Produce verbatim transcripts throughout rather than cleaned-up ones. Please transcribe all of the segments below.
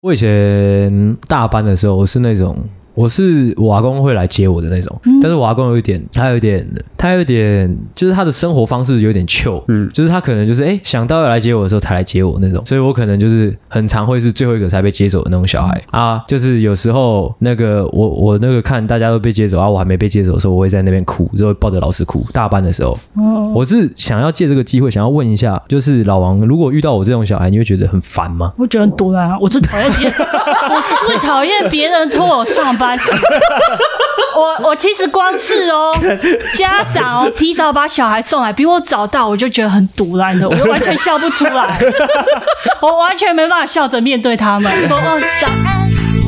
我以前大班的时候，我是那种。我是我阿公会来接我的那种，嗯、但是我阿公有一点，他有一点，他有一点，就是他的生活方式有点糗，嗯，就是他可能就是哎、欸、想到要来接我的时候才来接我那种，所以我可能就是很常会是最后一个才被接走的那种小孩、嗯、啊，就是有时候那个我我那个看大家都被接走啊，我还没被接走的时候，我会在那边哭，就会抱着老师哭。大班的时候，哦、我是想要借这个机会，想要问一下，就是老王，如果遇到我这种小孩，你会觉得很烦吗？ 我觉得很多啦，我最讨厌别人，我最讨厌别人拖我上班。我我其实光是哦，家长哦提早把小孩送来，比我早到，我就觉得很堵然的，我完全笑不出来，我完全没办法笑着面对他们，说哦早安。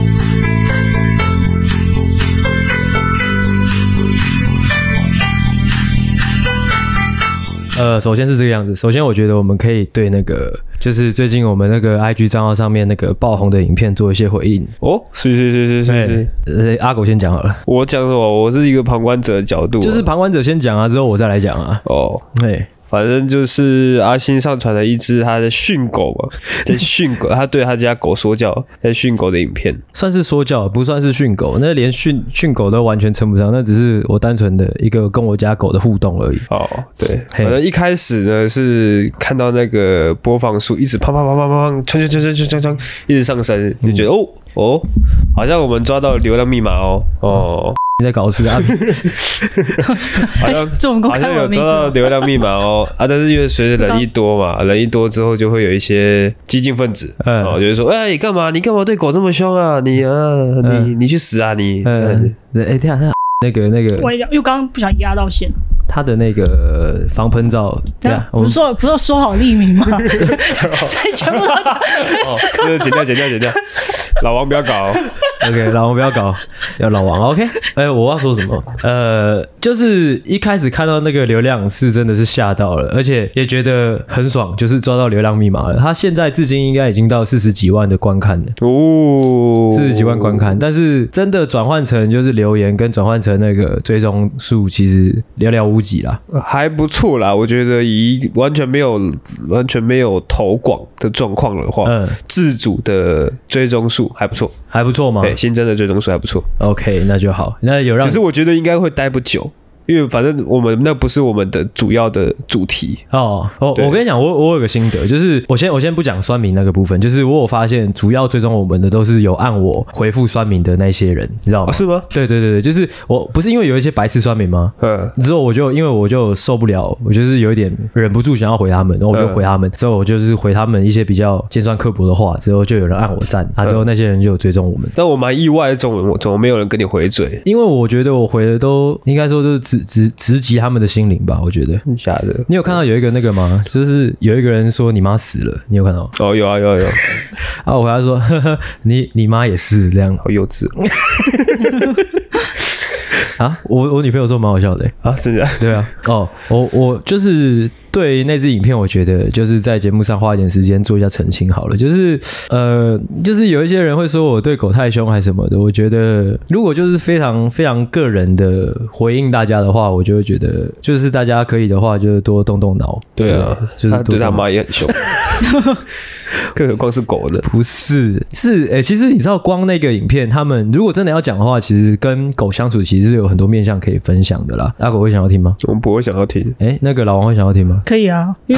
呃，首先是这个样子。首先，我觉得我们可以对那个，就是最近我们那个 I G 账号上面那个爆红的影片做一些回应。 哦，是是是是是是。呃，阿狗先讲好了。 我讲什么？我是一个旁观者的角度、啊， 就是旁观者先讲啊，之后我再来讲啊。 哦， 对。 反正就是阿星上传了一只他的训狗嘛，在训狗，他对他家狗说教，在训狗的影片， 算是说教，不算是训狗，那连训训狗都完全称不上，那只是我单纯的一个跟我家狗的互动而已。 哦，对，反正一开始呢是看到那个播放数一直啪啪啪啪啪，锵锵锵锵锵锵锵，一直上升，就觉得、嗯、哦哦，好像我们抓到流量密码哦哦。 你在搞事啊？ 好像好像有抓到流量密码哦啊！但是因为随着人一多嘛，人一多之后就会有一些激进分子，嗯，哦，就是说，哎、欸，你干嘛？你干嘛对狗这么凶啊？你啊，嗯、你你去死啊你！ 嗯，哎、欸，等一下，那个那个， 我因为刚刚不小心压到线。 他的那个防喷罩，对啊， 不是说不是说好匿名吗？所以全部都讲。 哦，就是剪掉剪掉剪掉，老王不要搞。 OK， 老王不要搞，要老王 OK。哎、欸，我要说什么？呃，就是一开始看到那个流量是真的是吓到了，而且也觉得很爽，就是抓到流量密码了。他现在至今应该已经到四十几万的观看了哦，四十几万观看，但是真的转换成就是留言跟转换成那个追踪数，其实寥寥无几啦， 还不错啦。我觉得以完全没有完全没有投广的状况的话，嗯，自主的追踪数还不错， 还不错吗？ 对，新增的追踪数还不错。 OK， 那就好。那有让， 只是我觉得应该会待不久。因为反正我们那不是我们的主要的主题哦。我我跟你讲，我我有个心得，就是我先我先不讲酸民那个部分，就是我有发现主要追踪我们的都是有按我回复酸民的那些人，你知道吗？ 哦、是吗？ 对对对对，就是我不是因为有一些白痴酸民吗？嗯，之后我就因为我就受不了，我就是有一点忍不住想要回他们，然后我就回他们，之后我就是回他们一些比较尖酸刻薄的话，之后就有人按我赞啊，之后那些人就有追踪我们。 但我蛮意外的，怎么怎么没有人跟你回嘴？ 因为我觉得我回的都应该说就是直直直击他们的心灵吧，我觉得。 假的？ 你有看到有一个那个吗？就是有一个人说你妈死了，你有看到？ 哦，有啊，有啊，有啊。 然后我跟他说，呵呵，你你妈也是这样， 好幼稚。 啊，我我女朋友说蛮好笑的、欸、 啊，真的？ 对啊，哦，我我就是对那支影片，我觉得就是在节目上花一点时间做一下澄清好了。就是呃，就是有一些人会说我对狗太凶还是什么的，我觉得如果就是非常非常个人的回应大家的话，我就会觉得就是大家可以的话，就是多动动脑。 对啊，就是他对他妈也很凶。更何况是狗呢？ 不是，是诶、欸，其实你知道，光那个影片，他们如果真的要讲的话，其实跟狗相处其实是有很多面向可以分享的啦。阿狗会想要听吗？ 我们不会想要听。 诶、欸，那个老王会想要听吗？ 可以啊，因为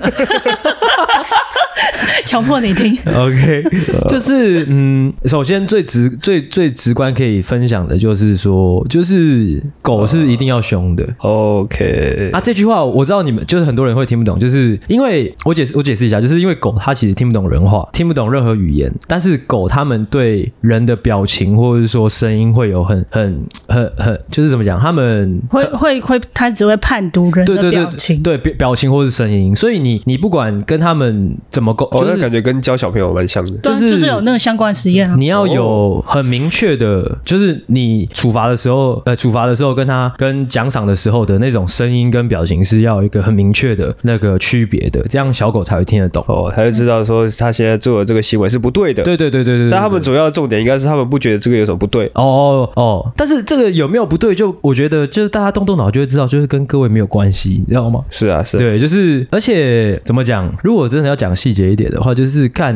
强迫你听。 OK， 就是嗯，首先最直最最直观可以分享的就是说，就是狗是一定要凶的。 OK， 啊，这句话我知道你们就是很多人会听不懂，就是因为我解释我解释一下，就是因为狗它其实听不懂人话，听不懂任何语言，但是狗它们对人的表情或者是说声音会有很很很很，就是怎么讲，他们会会会，它只会判读人的表情， 对对对，表情或是声音，所以你你不管跟他们怎么沟， 哦，那感觉跟教小朋友蛮像的， 就是就是有那个相关实验啊。 你要有很明确的，就是你处罚的时候，呃，处罚的时候跟他跟奖赏的时候的那种声音跟表情是要有一个很明确的那个区别的，这样小狗才会听得懂哦，才会知道说他现在做的这个行为是不对的。 对对对对 对, 对, 对, 对。 但他们主要的重点应该是他们不觉得这个有什么不对。 哦哦哦，但是这个有没有不对，就我觉得就是大家动动脑就会知道，就是跟各位没有关系，你知道吗？ 是啊，是啊。 对，就是而且怎么讲，如果真的要讲细节一点的话，就是看那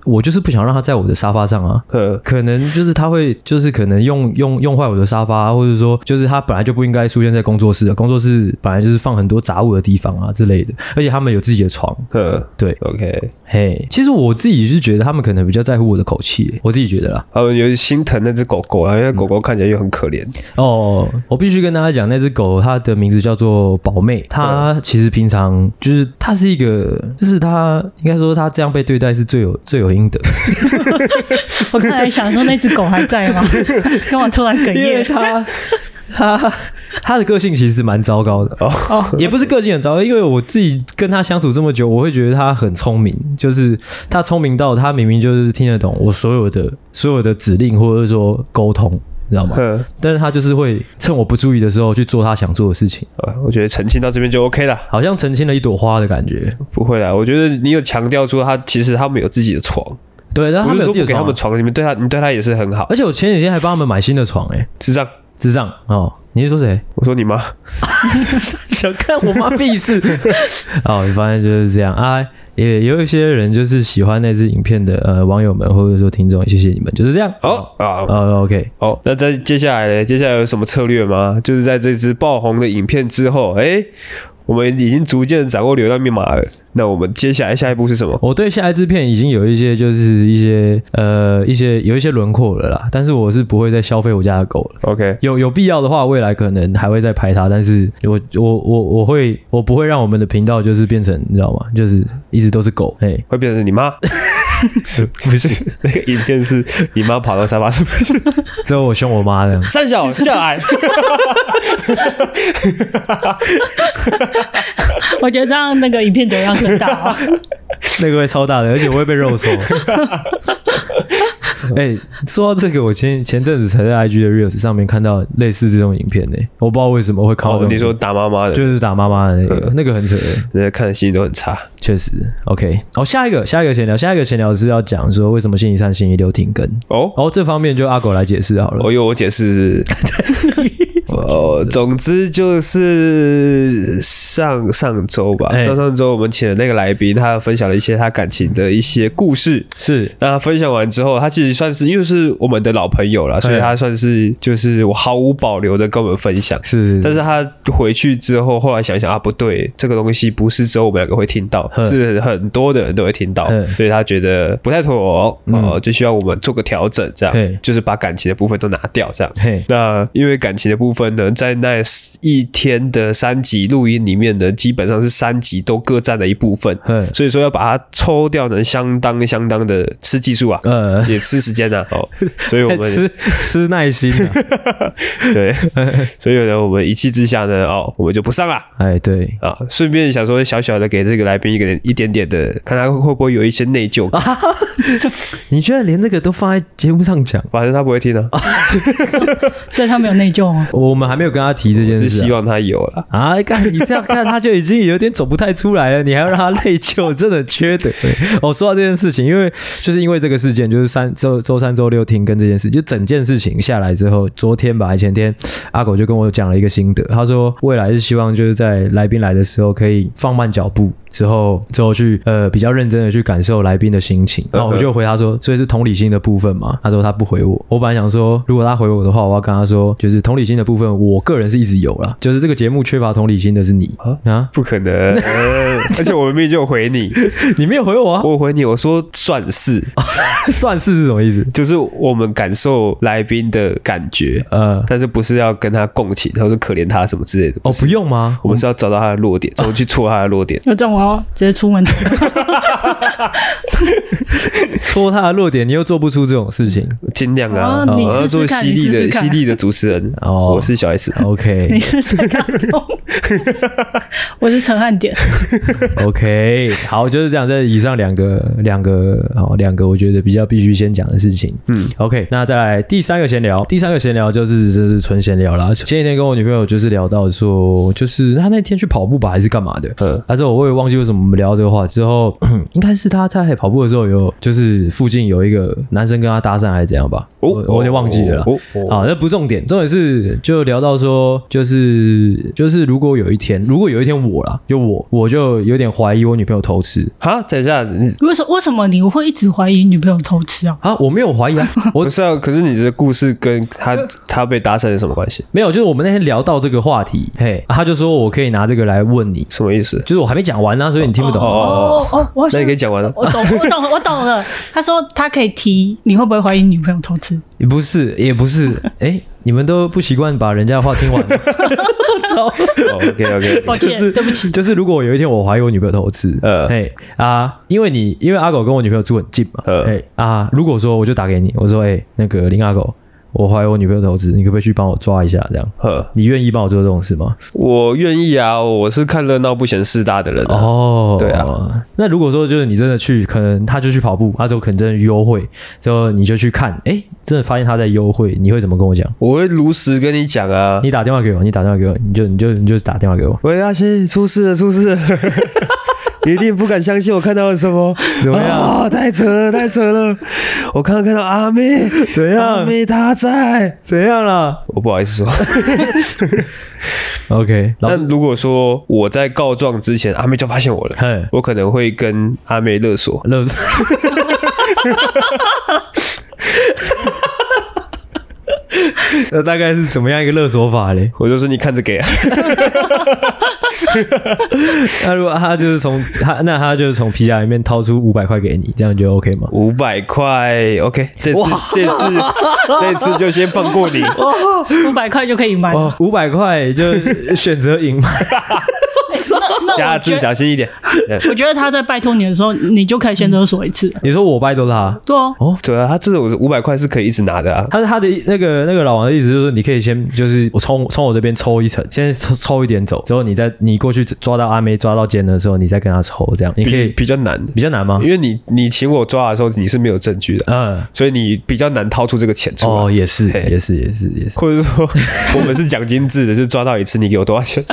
我就是不想让他在我的沙发上啊，可能就是他会就是可能用用用坏我的沙发，或者说就是他本来就不应该出现在工作室的，工作室本来就是放很多杂物的地方啊之类的，而且他们有自己的床，对 ，OK， 嘿，其实我自己是觉得他们可能比较在乎我的口气，我自己觉得啦， 他们有点心疼那只狗狗啊，因为狗狗看起来又很可怜。 哦，我必须跟大家讲，那只狗它的名字叫做宝妹，它其实平常就是它是一个，就是它应该说它这样被对待是最有最有应得。 我刚才想说那只狗还在吗？跟我突然哽咽， 因为它它它的个性其实是蛮糟糕的哦，也不是个性很糟糕，因为我自己跟它相处这么久，我会觉得它很聪明，就是它聪明到它明明就是听得懂我所有的所有的指令或者说沟通。你知道吗？但是他就是会趁我不注意的时候去做他想做的事情。 呃，我觉得澄清到这边就 OK 了， 好像澄清了一朵花的感觉。 不会啦，我觉得你有强调出他其实他们有自己的床， 对，但他们有自己的床，不是说不给他们床，你们对他，你对他也是很好。 而且我前几天还帮他们买新的床、欸，哎， 智障， 智障哦。你是说谁？ 我说你妈。 想看我妈屁事。哦，反正就是这样啊。也有一些人就是喜欢那支影片的呃网友们或者说听众，谢谢你们，就是这样。 哦啊， 呃 ，OK， 哦，那在接下来呢？接下来有什么策略吗？就是在这支爆红的影片之后，哎，我们已经逐渐掌握流量密码了。那我们接下来下一步是什么？ 我对下一支片已经有一些就是一些呃一些有一些轮廓了啦，但是我是不会再消费我家的狗了。 OK， 有有必要的话，未来可能还会再拍它，但是我我我我会我不会让我们的频道就是变成你知道吗？就是一直都是狗，哎， 会变成你妈。是不是那个影片是你妈跑到沙发上面去， 之后我凶我妈的三小下来。 我觉得这样那个影片流量更大、哦， 那个会超大的，而且我会被肉搜。哎、欸，说到这个，我前前阵子才在 I G 的 Reels 上面看到类似这种影片呢、欸，我不知道为什么会看到、哦。 你说打妈妈的， 就是打妈妈的那个，嗯、那个很扯、欸， 人家看的心情都很差。 确实 ，OK。哦，下一个下一个闲聊，下一个闲聊是要讲说为什么星期三、星期六停更。哦，哦，这方面就阿狗来解释好了。 我、哦、有我解释。哦，总之就是上上周吧，欸、上上周我们请的那个来宾，他分享了一些他感情的一些故事。 是， 那他分享完之后，他其实算是因为是我们的老朋友了，所以他算是就是我毫无保留的跟我们分享。 是， 但是他回去之后，后来想想啊，不对，这个东西不是只有我们两个会听到，是很多的人都会听到，所以他觉得不太妥哦、嗯呃，就需要我们做个调整，这样就是把感情的部分都拿掉，这样。那因为感情的部分呢，在那一天的三集录音里面呢，基本上是三集都各占了一部分，所以说要把它抽掉呢，相当相当的吃技术啊，呃，也吃时间啊，哦，所以我们吃吃耐心啊， 对，所以呢，我们一气之下呢，哦，我们就不上了， 哎，对啊，顺便想说小小的给这个来宾一个一点点的，看他会不会有一些内疚感。啊、 你居然连这个都放在节目上讲， 反正他不会听啊， 所以他没有内疚吗？ 我们还没有跟他提这件事、啊， 是希望他有了啊！看你这样看，他就已经有点走不太出来了，你还要让他内疚，真的缺德。哦，说到这件事情，因为就是因为这个事件，就是三周周三周六停更这件事，就整件事情下来之后，昨天吧，前天阿狗就跟我讲了一个心得，他说未来是希望就是在来宾来的时候可以放慢脚步。之后，之后去呃比较认真的去感受来宾的心情，然后我就回他说，所以是同理心的部分嘛。他说他不回我，我本来想说，如果他回我的话，我要跟他说，就是同理心的部分，我个人是一直有啦，就是这个节目缺乏同理心的是你啊，啊不可能，呃、而且我明明就有回你， 你没有回我啊？ 我回你，我说算是， 算是是什么意思？ 就是我们感受来宾的感觉，呃，但是不是要跟他共情，或者可怜他什么之类的。 哦，不用吗？ 我们是要找到他的弱点，然后去戳他的弱点。 有这种哦，直接出门。 戳他的弱点，你又做不出这种事情， 尽量啊！ 哦、 我要做犀利的、犀利的主持人。哦，我是小 S。OK， 你是陈汉东，我是陈汉典。 OK， 好，就是这样。这以上两个、两个、哦，两个，我觉得比较必须先讲的事情。嗯 ，OK， 那再来第三个闲聊，第三个闲聊就是这是纯闲聊啦。前几天跟我女朋友就是聊到说，就是她那天去跑步吧，还是干嘛的？嗯，但是我也忘忘记为什么我们聊这个话之后，应该是他在跑步的时候有，就是附近有一个男生跟他搭讪还是怎样吧？哦、我我有点忘记了啦。哦哦、啊，那不重点，重点是就聊到说，就是就是如果有一天，如果有一天我啦，就我我就有点怀疑我女朋友偷吃。 哈，等一下， 为什为什么你会一直怀疑女朋友偷吃啊？ 啊，我没有怀疑啊，我不是啊。可是你的故事跟他他被搭讪有什么关系？ 没有，就是我们那天聊到这个话题，嘿，啊、他就说我可以拿这个来问你， 什么意思？ 就是我还没讲完啊，所以你听不懂。 哦哦哦哦，那你可以讲完了。 我懂，我懂，我懂了。他说他可以提，你会不会怀疑女朋友偷吃？ 也不是，也不是。哎、欸，你们都不习惯把人家的话听完。 哦 OK OK， 抱歉， 就是对不起。 就是如果有一天我怀疑我女朋友偷吃，呃，嘿啊，因为你因为阿狗跟我女朋友住很近嘛，呃，嘿啊，如果说我就打给你，我说哎、欸，那个林阿狗。我怀疑我女朋友偷吃，你可不可以去帮我抓一下？这样，呵，你愿意帮我做这种事吗？ 我愿意啊，我是看热闹不嫌事大的人、啊。 哦， 对啊。 那如果说就是你真的去，可能他就去跑步，他就可能真的优惠，之后你就去看，哎、欸，真的发现他在优惠，你会怎么跟我讲？ 我会如实跟你讲啊。 你打电话给我，你打电话给我，你就你就你就打电话给我。 喂，阿七，出事了，出事了！你一定不敢相信我看到了什么？ 怎么样？ 啊，太扯了，太扯了！我刚刚看到阿妹， 怎样？ 阿妹她在， 怎样了？ 我不好意思说。 OK， 但如果说我在告状之前，阿妹就发现我了，我可能会跟阿妹勒索， 勒索。那大概是怎么样一个勒索法嘞？ 我就说你看着给啊。 那如果他就是从他，那他就是从皮夹里面掏出五百块给你，这样就 OK 吗？ 五百块 ，OK， 这次这次这次就先放过你， 五百块就可以买， 五百块就选择隐瞒。 下次小心一点。 我觉得他在拜托你的时候，你就可以先勒索一次。 你说我拜托他？ 对啊， 哦，对啊，他这种五百块是可以一直拿的啊。 他他的那个那个老王的意思就是说，你可以先就是我从从我这边抽一层，先抽抽一点走，之后你再你过去抓到阿妹抓到奸的时候，你再跟他抽，这样你可以比, 比较难， 比较难吗？ 因为你你请我抓的时候你是没有证据的，嗯，所以你比较难掏出这个钱出来。 哦，也是也是也是也是， 或者说我们是奖金制的，就抓到一次你给我多少钱。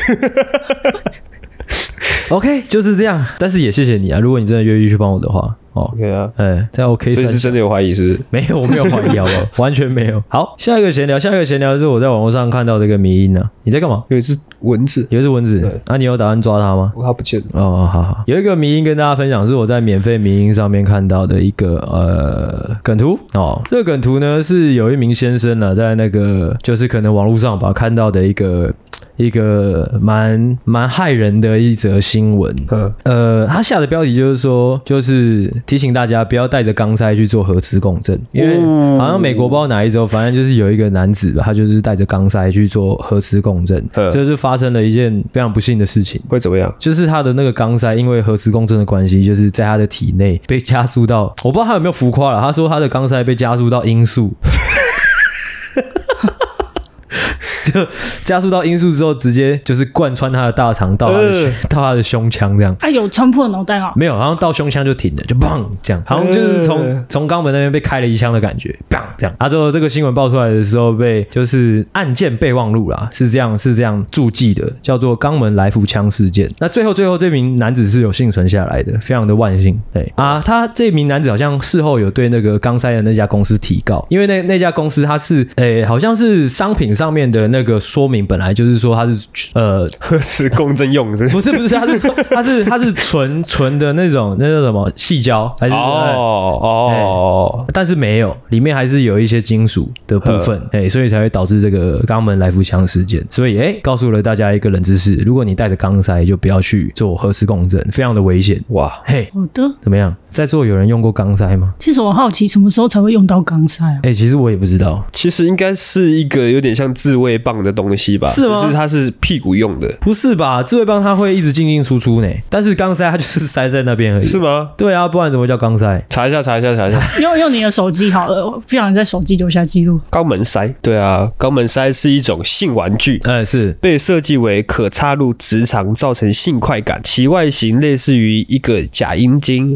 OK， 就是这样。但是也谢谢你啊，如果你真的愿意去帮我的话，哦 ，OK 啊， 哎，在 OK， 所以是真的有怀疑是不是？ 没有，我没有怀疑，好不好？完全没有。好，下一个闲聊，下一个闲聊是我在网络上看到的一个迷因啊。你在干嘛？ 有一只蚊子， 有一只蚊子。啊，你有打算抓它吗？ 它不见了。 哦，好好。有一个迷因跟大家分享，是我在免费迷因上面看到的一个呃梗图哦。这个梗图呢是有一名先生呢、啊，在那个就是可能网络上吧看到的一个。一个蛮蛮骇人的一则新闻，呃，他下的标题就是说，就是提醒大家不要带着钢塞去做核磁共振，因为好像美国不知道哪一州，反正就是有一个男子吧，他就是带着钢塞去做核磁共振，这就是发生了一件非常不幸的事情。 会怎么样？ 就是他的那个钢塞因为核磁共振的关系，就是在他的体内被加速到，我不知道他有没有浮夸了，他说他的钢塞被加速到音速。就加速到音速之后，直接就是贯穿他的大肠到他的、呃、到他的胸腔这样。 他、啊、有穿破脑袋啊？ 没有，好像到胸腔就停了，就砰这样，好像就是从从肛门那边被开了一枪的感觉，砰这样。啊，之后这个新闻爆出来的时候，被就是案件备忘录啦，是这样是这样注记的，叫做肛门来福枪事件。那最后最后这名男子是有幸存下来的，非常的万幸。对啊，他这名男子好像事后有对那个钢塞的那家公司提告，因为那那家公司他是诶、欸、好像是商品上面的那个说明本来就是说它是呃核磁共振用是不是不是它是它是它是纯纯的那种那叫什么矽胶还是哦哦、欸， 但是没有里面还是有一些金属的部分，哎、欸，所以才会导致这个肛门来福枪事件。所以哎、欸，告诉了大家一个冷知识：如果你带着钢塞，就不要去做核磁共振，非常的危险。哇，嘿， 好的， 怎么样？在座有人用过钢塞吗？ 其实我好奇什么时候才会用到钢塞啊？ 哎、欸，其实我也不知道。 其实应该是一个有点像自慰棒的东西吧？ 是吗？ 就是它是屁股用的？ 不是吧？自慰棒它会一直进进出出呢，但是钢塞它就是塞在那边而已。 是吗？ 对啊，不然怎么叫钢塞？ 查一下，查一下，查一下。 用用你的手机好了，不想在手机留下记录。 肛门塞，对啊，肛门塞是一种性玩具， 哎、欸，是被设计为可插入直肠，造成性快感。其外形类似于一个假阴茎，而且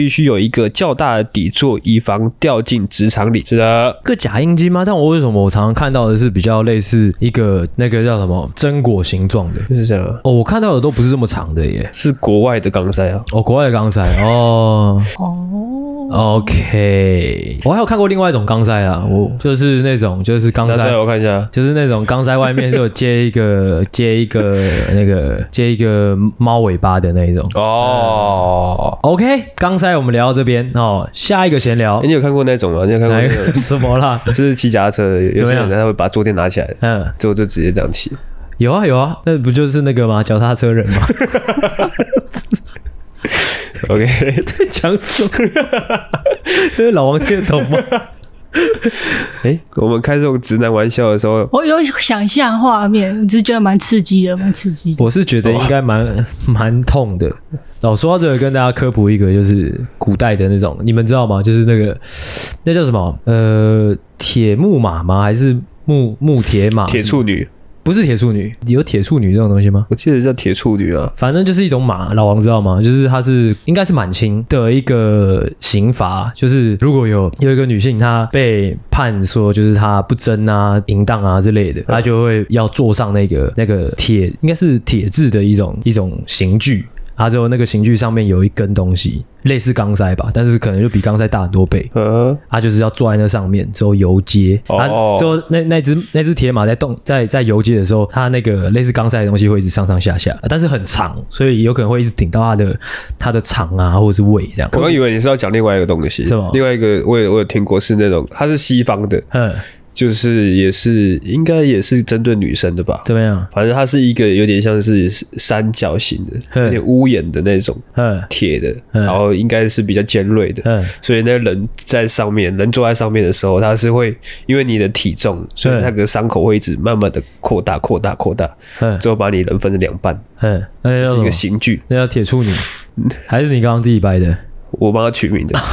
必须有一个较大的底座，以防掉进职场里。是的， 个假阴茎吗？但我为什么我常常看到的是比较类似一个那个叫什么榛果形状的？ 就是这样哦，我看到的都不是这么长的耶， 是国外的钢塞啊。 哦，国外的钢塞哦哦 ，OK， 我还有看过另外一种钢塞啦，我就是那种就是钢塞， 我看一下， 就是那种钢塞外面就接一个接一个那个接一个猫尾巴的那一种哦。OK， 钢塞我们聊到这边哦，下一个闲聊， 欸、你有看过那种吗？你有看过、那個、 什么啦？ 就是骑脚踏车的，有些人他会把坐垫拿起来，嗯，之后就直接这样骑。 有啊有啊，那不就是那个吗？脚踏车人吗 ？OK， 在讲什么？这是老王听得懂吗？ 哎、欸，我们开这种直男玩笑的时候， 我有想象画面，只是觉得蛮刺激的，蛮刺激的。 我是觉得应该蛮蛮痛的。哦，说到这个，跟大家科普一个，就是古代的那种，你们知道吗？就是那个那叫什么？呃，铁木马吗？还是木木铁马？ 铁处女。 不是铁处女，有铁处女这种东西吗？ 我记得叫铁处女啊， 反正就是一种马，老王知道吗？就是它是应该是满清的一个刑罚，就是如果有有一个女性她被判说就是她不贞啊、淫荡啊之类的，她就会要坐上那个那个铁，应该是铁制的一种一种刑具。它之后那个刑具上面有一根东西，类似钢塞吧，但是可能就比钢塞大很多倍。呃，它就是要坐在那上面之后游街。哦，之后那那只那只铁马在动在在游街的时候，它那个类似钢塞的东西会一直上上下下，但是很长，所以有可能会一直顶到它的它的肠啊或者是胃这样。 我刚以为你是要讲另外一个东西，是吗？另外一个我有我有听过是那种它是西方的，嗯。就是也是应该也是针对女生的吧？ 怎么样？ 反正它是一个有点像是三角形的，有点屋檐的那种铁的，然后应该是比较尖锐的，所以那个人在上面，人坐在上面的时候，它是会因为你的体重，所以那个伤口会一直慢慢的扩大、扩大、扩大，最后把你人分成两半。嗯，那是一个刑具， 那叫铁处女，还是你刚刚自己掰的？ 我帮他取名的。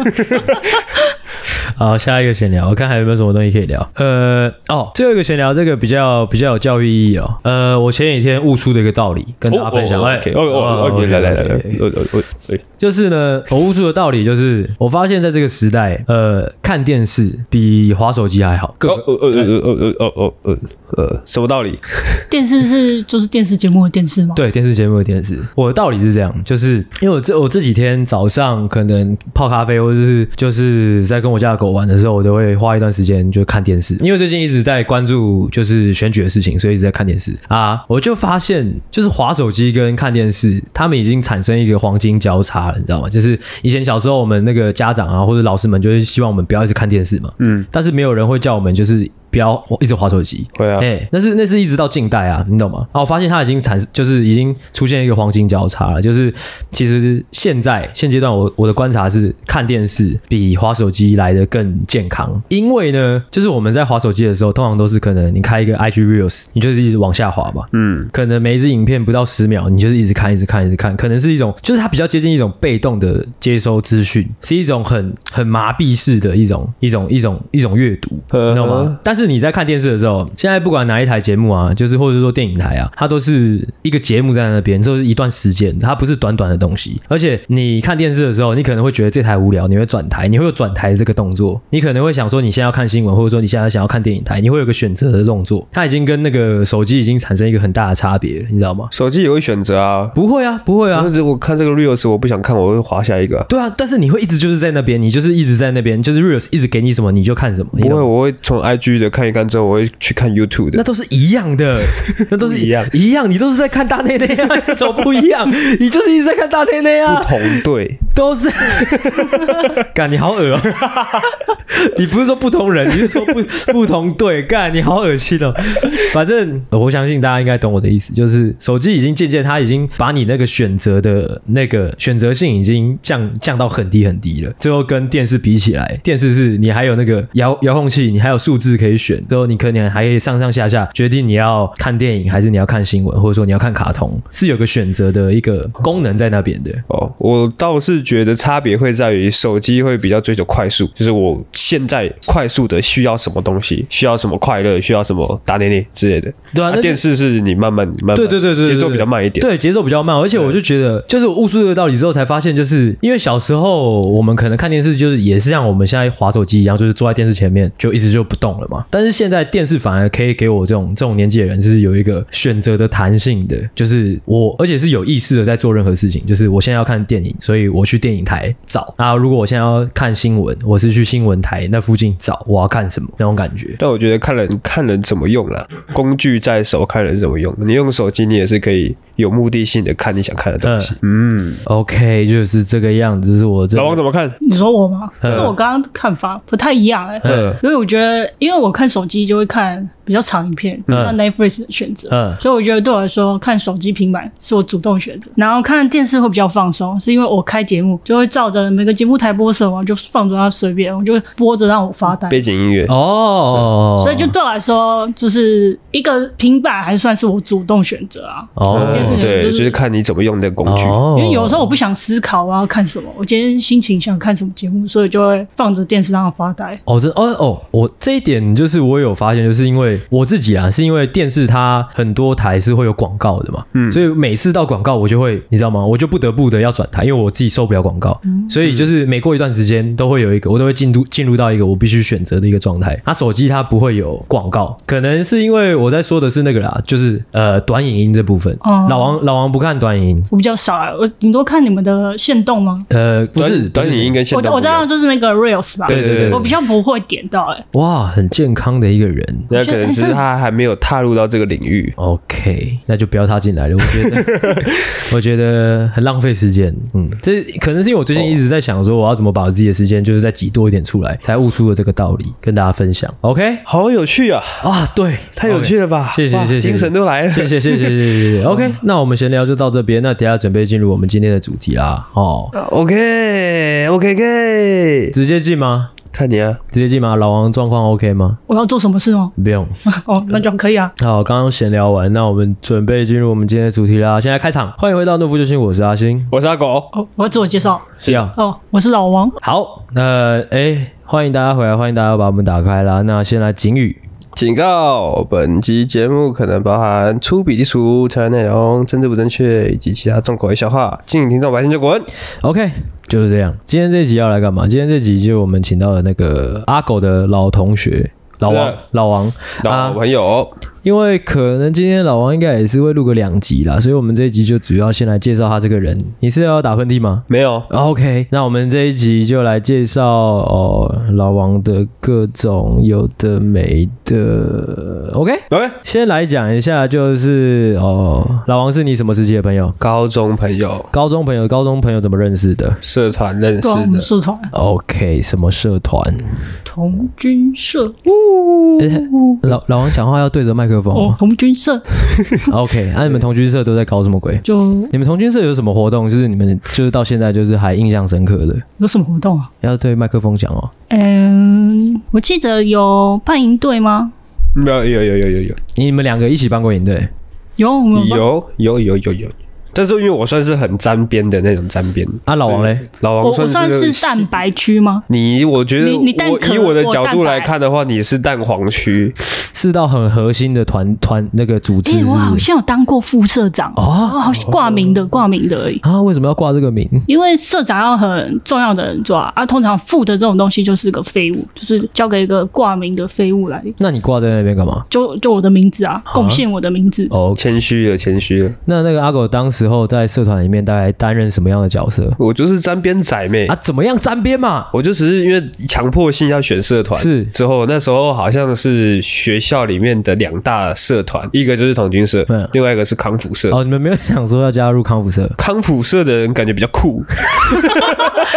好，下一个闲聊，我看还有没有什么东西可以聊。呃，哦，最后一个闲聊，这个比较比较有教育意义哦。呃，我前几天悟出的一个道理，跟大家分享。哎，哦哦哦，来来来来，就是呢，我悟出的道理就是，我发现在这个时代，呃，看电视比滑手机还好。 哦哦哦哦哦哦哦呃，什么道理？ 电视是就是电视节目的电视吗？ 对，电视节目的电视。我的道理是这样，就是因为我这我这几天早上可能泡咖啡，或者是就是在跟我家的狗玩的时候，我都会花一段时间就看电视。因为最近一直在关注就是选举的事情，所以一直在看电视啊。我就发现，就是滑手机跟看电视，他们已经产生一个黄金交叉了，你知道吗？就是以前小时候我们那个家长啊或者老师们就会希望我们不要一直看电视嘛，嗯，但是没有人会叫我们就是不要一直滑手机。 对啊， 欸，那是那是一直到近代啊，你懂吗？然后我发现它已经产就是已经出现一个黄金交叉了，就是其实现在现阶段我我的观察是看电视比滑手机来得更健康，因为呢，就是我们在滑手机的时候，通常都是可能你开一个 I G Reels， 你就是一直往下滑嘛，嗯，可能每一支影片不到十秒，你就是一直看一直看一直看，可能是一种就是它比较接近一种被动的接收资讯，是一种很很麻痹式的一种一种一种一种阅读，你懂吗？但是你在看电视的时候，现在不管哪一台节目啊，就是或者说电影台啊，它都是一个节目在那边，就是一段时间，它不是短短的东西。而且你看电视的时候，你可能会觉得这台无聊，你会转台，你会有转台的这个动作，你可能会想说你现在要看新闻，或者说你现在想要看电影台，你会有个选择的动作。它已经跟那个手机已经产生一个很大的差别了，你知道吗？ 手机也会选择啊？ 不会啊，不会啊。 如果看这个 Reels 我不想看，我会滑下一个。 对啊，但是你会一直就是在那边，你就是一直在那边，就是 Reels 一直给你什么你就看什么。 不会，我会从 I G 的看一看之后，我会去看 YouTube 的。 那都是一样的，那都是一样一样，你都是在看大内内啊，有什么不一样？你就是一直在看大内内啊， 不同队都是。干，你好恶哦！你不是说不同人，你是说不不同队？干，你好恶心哦！反正我相信大家应该懂我的意思，就是手机已经渐渐，它已经把你那个选择的那个选择性已经降降到很低很低了。最后跟电视比起来，电视是你还有那个遥遥控器，你还有数字可以以选，之后你可能还可以上上下下决定你要看电影还是你要看新闻，或者说你要看卡通，是有个选择的一个功能在那边的。 哦，我倒是觉得差别会在于手机会比较追求快速，就是我现在快速的需要什么东西，需要什么快乐，需要什么打内内之类的。 对啊， 啊电视是你慢慢慢慢， 对对对 对, 对, 对， 节奏比较慢一点。 对，节奏比较慢，而且我就觉得，就是我悟出这个道理之后，才发现，就是因为小时候我们可能看电视，就是也是像我们现在滑手机一样，就是坐在电视前面就一直就不动了嘛。但是现在电视反而可以给我这种这种年纪的人，是有一个选择的弹性的，就是我而且是有意识的在做任何事情，就是我现在要看电影，所以我去电影台找。然后如果我现在要看新闻，我是去新闻台那附近找我要看什么那种感觉。 但我觉得看人看人怎么用啦，工具在手，看人怎么用。你用手机，你也是可以有目的性的看你想看的东西。嗯, 嗯 ，OK， 就是这个样子。是我这老王怎么看？ 你说我吗？是我刚刚看法不太一样哎、欸，因为我觉得，因为我看手机就会看比较长影片，像 Netflix 的选择，嗯，所以我觉得对我来说，看手机、平板是我主动选择。然后看电视会比较放松，是因为我开节目就会照着每个节目台播什么，就放着它随便，我就播着让我发呆。 背景音乐哦， 所以就对我来说，就是一个平板还算是我主动选择啊。 哦，电视对，就是看你怎么用这个工具。 因为有时候我不想思考我要看什么，我今天心情想看什么节目，所以就会放着电视让它发呆。 哦，这哦哦，我这一点就是我有发现，就是因为我自己啊，是因为电视它很多台是会有广告的嘛，嗯，所以每次到广告我就会，你知道吗？我就不得不的要转台，因为我自己受不了广告，嗯、所以就是每过一段时间都会有一个，我都会进入进入到一个我必须选择的一个状态。它、啊、手机它不会有广告，可能是因为我在说的是那个啦，就是呃短影音这部分。哦、老王老王不看短影音， 我比较少啊，我顶多看你们的限动吗？ 呃，不是短影音跟限动我，我知道就是那个 reels 吧。 对对 对, 对， 我比较不会点到哎、欸。 哇，很健康的一个人， 那可能是他还没有踏入到这个领域。 OK， 那就不要踏进来了。我觉得，我觉得很浪费时间。嗯，这可能是因为我最近一直在想说，我要怎么把我自己的时间就是再挤多一点出来，才悟出了这个道理，跟大家分享。OK， 好有趣啊！ 啊，对， 太有趣了吧！ Okay, 谢谢谢谢， 精神都来了。 谢谢谢谢谢谢谢谢。OK， 那我们闲聊就到这边，那等一下准备进入我们今天的主题啦。哦 ，OK OK OK， 直接进吗？ 看你啊， 直接进吗？老王状况 OK 吗？ 我要做什么事吗？ 不用。 哦，那就可以啊。 好，刚刚闲聊完，那我们准备进入我们今天的主题啦。现在开场，欢迎回到诺夫救星，我是阿星， 我是阿狗。 哦，我要自我介绍。 是啊。 哦，我是老王。 好，那诶，欢迎大家回来，欢迎大家把我们打开啦。那先来警语。 警告：本集节目可能包含粗鄙低俗、成人内容、政治不正确以及其他重口味笑话，敬请听众白天就滚。 OK， 就是这样。今天这集要来干嘛？今天这集就我们请到了那个阿狗的老同学，老王，老王， 老朋友。啊因为可能今天老王应该也是会录个两集啦，所以我们这一集就主要先来介绍他这个人。你是要打喷嚏吗？ 没有。 OK， 那我们这一集就来介绍哦老王的各种有的没的。OK OK， 先来讲一下，就是哦，老王是你什么时期的朋友？ 高中朋友。 高中朋友，高中朋友怎么认识的？ 社团认识的。 对啊，我们社团。 OK， 什么社团？ 童军社。 欸、老老王讲话要对着麦克。 哦，童军社。 OK， 那、啊、你们童军社都在搞什么鬼？ 就你们童军社有什么活动？就是你们就是到现在就是还印象深刻的？ 有什么活动啊？ 要对麦克风讲哦。 嗯，我记得有办营队吗？ 有有有有有有。 你们两个一起办过营队？ 有，我们有有有有有。但是因为我算是很沾边的那种沾边啊，老王嘞， 老王算是我算是蛋白区吗？ 你我觉得你你我以我的角度来看的话，你是蛋黄区， 是到很核心的团团那个组织是不是。 欸，我好像有当过副社长哦，好像挂名的挂名的而已啊。为什么要挂这个名？ 因为社长要很重要的人做啊，啊通常副的这种东西就是个废物，就是交给一个挂名的废物来。 那你挂在那边干嘛？ 就就我的名字啊，贡献我的名字。 哦，谦虚了，谦虚了。 那那个阿狗当时候在社团里面大概担任什么样的角色？ 我就是沾边仔妹啊，怎么样沾边嘛？ 我就只是因为强迫性要选社团， 是之后那时候好像是学校里面的两大社团，一个就是童军社，嗯、另外一个是康复社。 哦，你们没有想说要加入康复社？ 康复社的人感觉比较酷。 哦，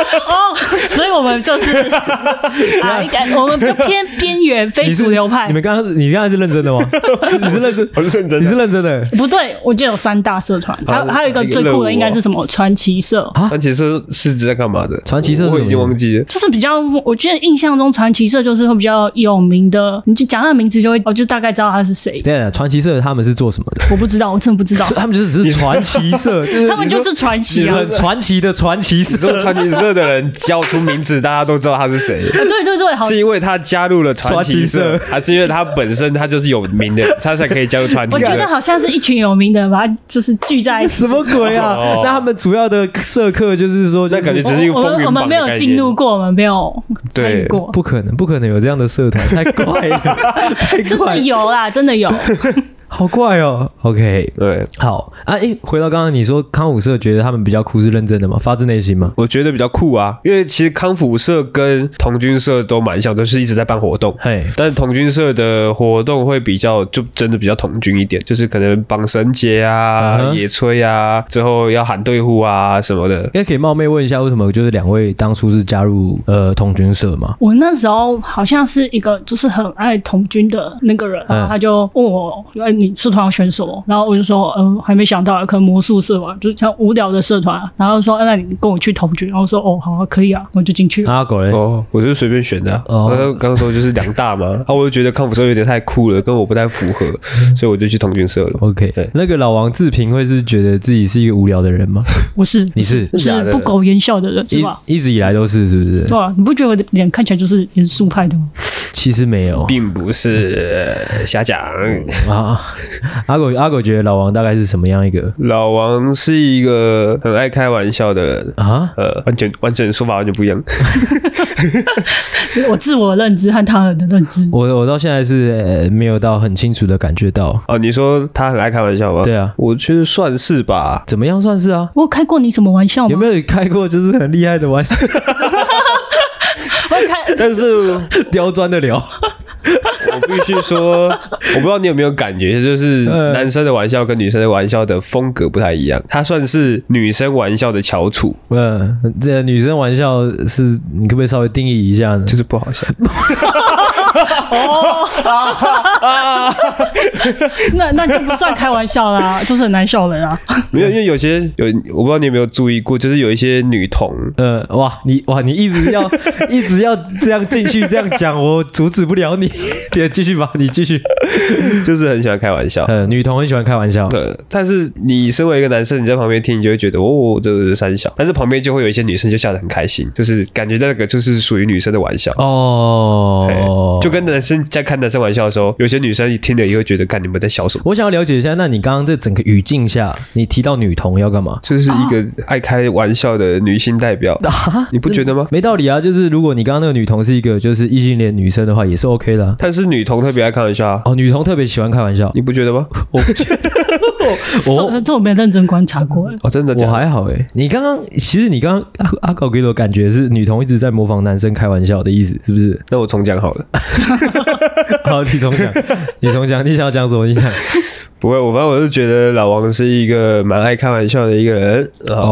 所以我们就是啊，应该我们比较偏边缘非主流派。 你们刚刚你刚才是认真的吗？你是认真？ 我是认真的， 你是认真的？ 不对，我记得有三大社团，还有还有一个最酷的应该是什么传奇社？ 传奇社是指在干嘛的？ 传奇社我已经忘记了， 就是比较，我觉得印象中传奇社就是会比较有名的，你就讲他的名字就会，我就大概知道他是谁。 对，传奇社他们是做什么的？ 我不知道，我真的不知道。 他们就是只是传奇社，就是他们就是传奇啊， 很传奇的传奇社。 说传奇社的人叫出名字，大家都知道他是谁。 对对对，好， 是因为他加入了传奇社，还是因为他本身他就是有名的，他才可以加入传奇社？ 我觉得好像是一群有名的人把他就是聚在一起。 什么鬼啊？哦、那他们主要的社课就是说， 那感觉只是一个风云榜的概念。 我们没有进入过，我们没有参与过， 不可能，不可能有这样的社团，太怪了，太怪了。 真的有啦，真的有。 好怪哦 ，OK， 对， 好啊，诶，回到刚刚你说康复社觉得他们比较酷是认真的吗？发自内心吗？ 我觉得比较酷啊，因为其实康复社跟童军社都蛮像，都是一直在办活动， 嘿， 但是童军社的活动会比较就真的比较童军一点，就是可能绑绳结啊、uh-huh. 野炊啊，之后要喊队呼啊什么的。 应该可以冒昧问一下，为什么就是两位当初是加入呃童军社吗？ 我那时候好像是一个就是很爱童军的那个人，然后他就问我。你社团要选什么？然后我就说，嗯、呃，还没想到，可能魔术社吧，就是像无聊的社团。然后说，啊、那你跟我去童军。然后说，哦，好、啊，可以啊，我就进去了。 啊，狗嘞， 哦，我就是随便选的、啊。哦，刚刚说就是两大嘛，啊，我就觉得康复社有点太酷了，跟我不太符合，所以我就去童军社了。 OK， 那个老王志平会是觉得自己是一个无聊的人吗？ 我是， 你是， 是不苟言笑的人，是吧？ 一直以来都是，是不是？ 对啊，你不觉得我的脸看起来就是严肃派的吗？ 其实没有， 并不是瞎讲啊。阿狗阿狗觉得老王大概是什么样一个？ 老王是一个很爱开玩笑的人啊， 呃，完全完全说法完全不一样。 我自我认知和他人的认知， 我我到现在是、呃、没有到很清楚的感觉到。 哦，你说他很爱开玩笑吗？ 对啊， 我觉得算是吧。 怎么样算是啊？ 我有开过你什么玩笑吗？ 有没有开过就是很厉害的玩笑？ 但是刁钻的聊。 我必须说，我不知道你有没有感觉，就是男生的玩笑跟女生的玩笑的风格不太一样。他算是女生玩笑的翘楚。 嗯，这女生玩笑是，你可不可以稍微定义一下呢？ 就是不好笑。 哦，那那就不算开玩笑啦、啊，就是很难笑的啦。 没有，因为有些有，我不知道你有没有注意过，就是有一些女童， 呃，哇，你哇，你一直要一直要这样进去这样讲，我阻止不了你。你继续吧，你继续。 就是很喜欢开玩笑， 呃，女童很喜欢开玩笑。 对，但是你身为一个男生，你在旁边听，你就会觉得哦，这个是三小，但是旁边就会有一些女生就笑得很开心，就是感觉那个就是属于女生的玩笑哦。就跟男生在看男生玩笑的时候，有些女生一听了也会觉得，看你们在笑什么。 我想要了解一下，那你刚刚这整个语境下，你提到女童要干嘛？ 就是一个爱开玩笑的女性代表，啊、你不觉得吗？ 没道理啊，就是如果你刚刚那个女童是一个就是异性恋女生的话，也是 OK 的、啊。 但是女童特别爱开玩笑、啊、 哦，女童特别喜欢开玩笑， 你不觉得吗？ 我不觉得。 我这这我没有认真观察过哦，真的假的？ 我还好哎。你刚刚其实你刚刚阿阿搞给我感觉是女童一直在模仿男生开玩笑的意思，是不是？ 那我重讲好了。 好，你重讲，你重讲，你想要讲什么？你讲。 不会，我反正我是觉得老王是一个蛮爱开玩笑的一个人。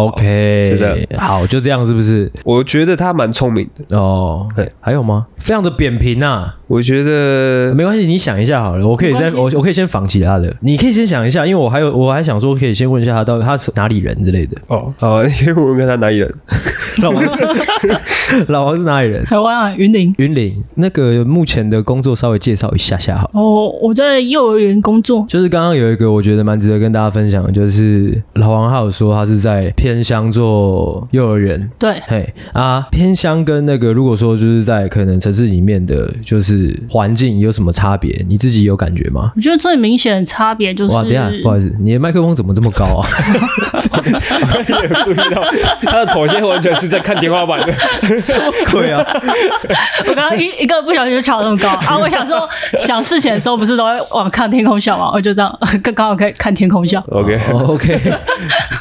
OK， 是的， 好，就这样是不是？ 我觉得他蛮聪明的哦。对，还有吗？非常的扁平啊。 我觉得没关系，你想一下好了，我可以再我我可以先仿其他的，你可以先想一下，因为我还有我还想说可以先问一下他到底他是哪里人之类的。 哦，好，你可以问问他哪里人。 老王老王是哪里人？ 台湾啊，云林。 云林那个目前的工作稍微介绍一下下好。 哦，我在幼儿园工作。 就是刚刚有一个我觉得蛮值得跟大家分享的，就是老王还有说他是在偏乡做幼儿园。 对， 嘿啊，偏乡跟那个如果说就是在可能城市里面的，就是环境有什么差别？你自己有感觉吗？ 我觉得最明显的差别就是， 哇，等一下，不好意思，你的麦克风怎么这么高啊？ 我也有注意到，他的头现完全是在看天花板的， 什么鬼啊？ 我刚刚一一个不小心就翘那么高啊！我想说，想事情的时候不是都会往看天空笑吗？我就这样，刚刚好可以看天空笑。 OK、 oh, OK。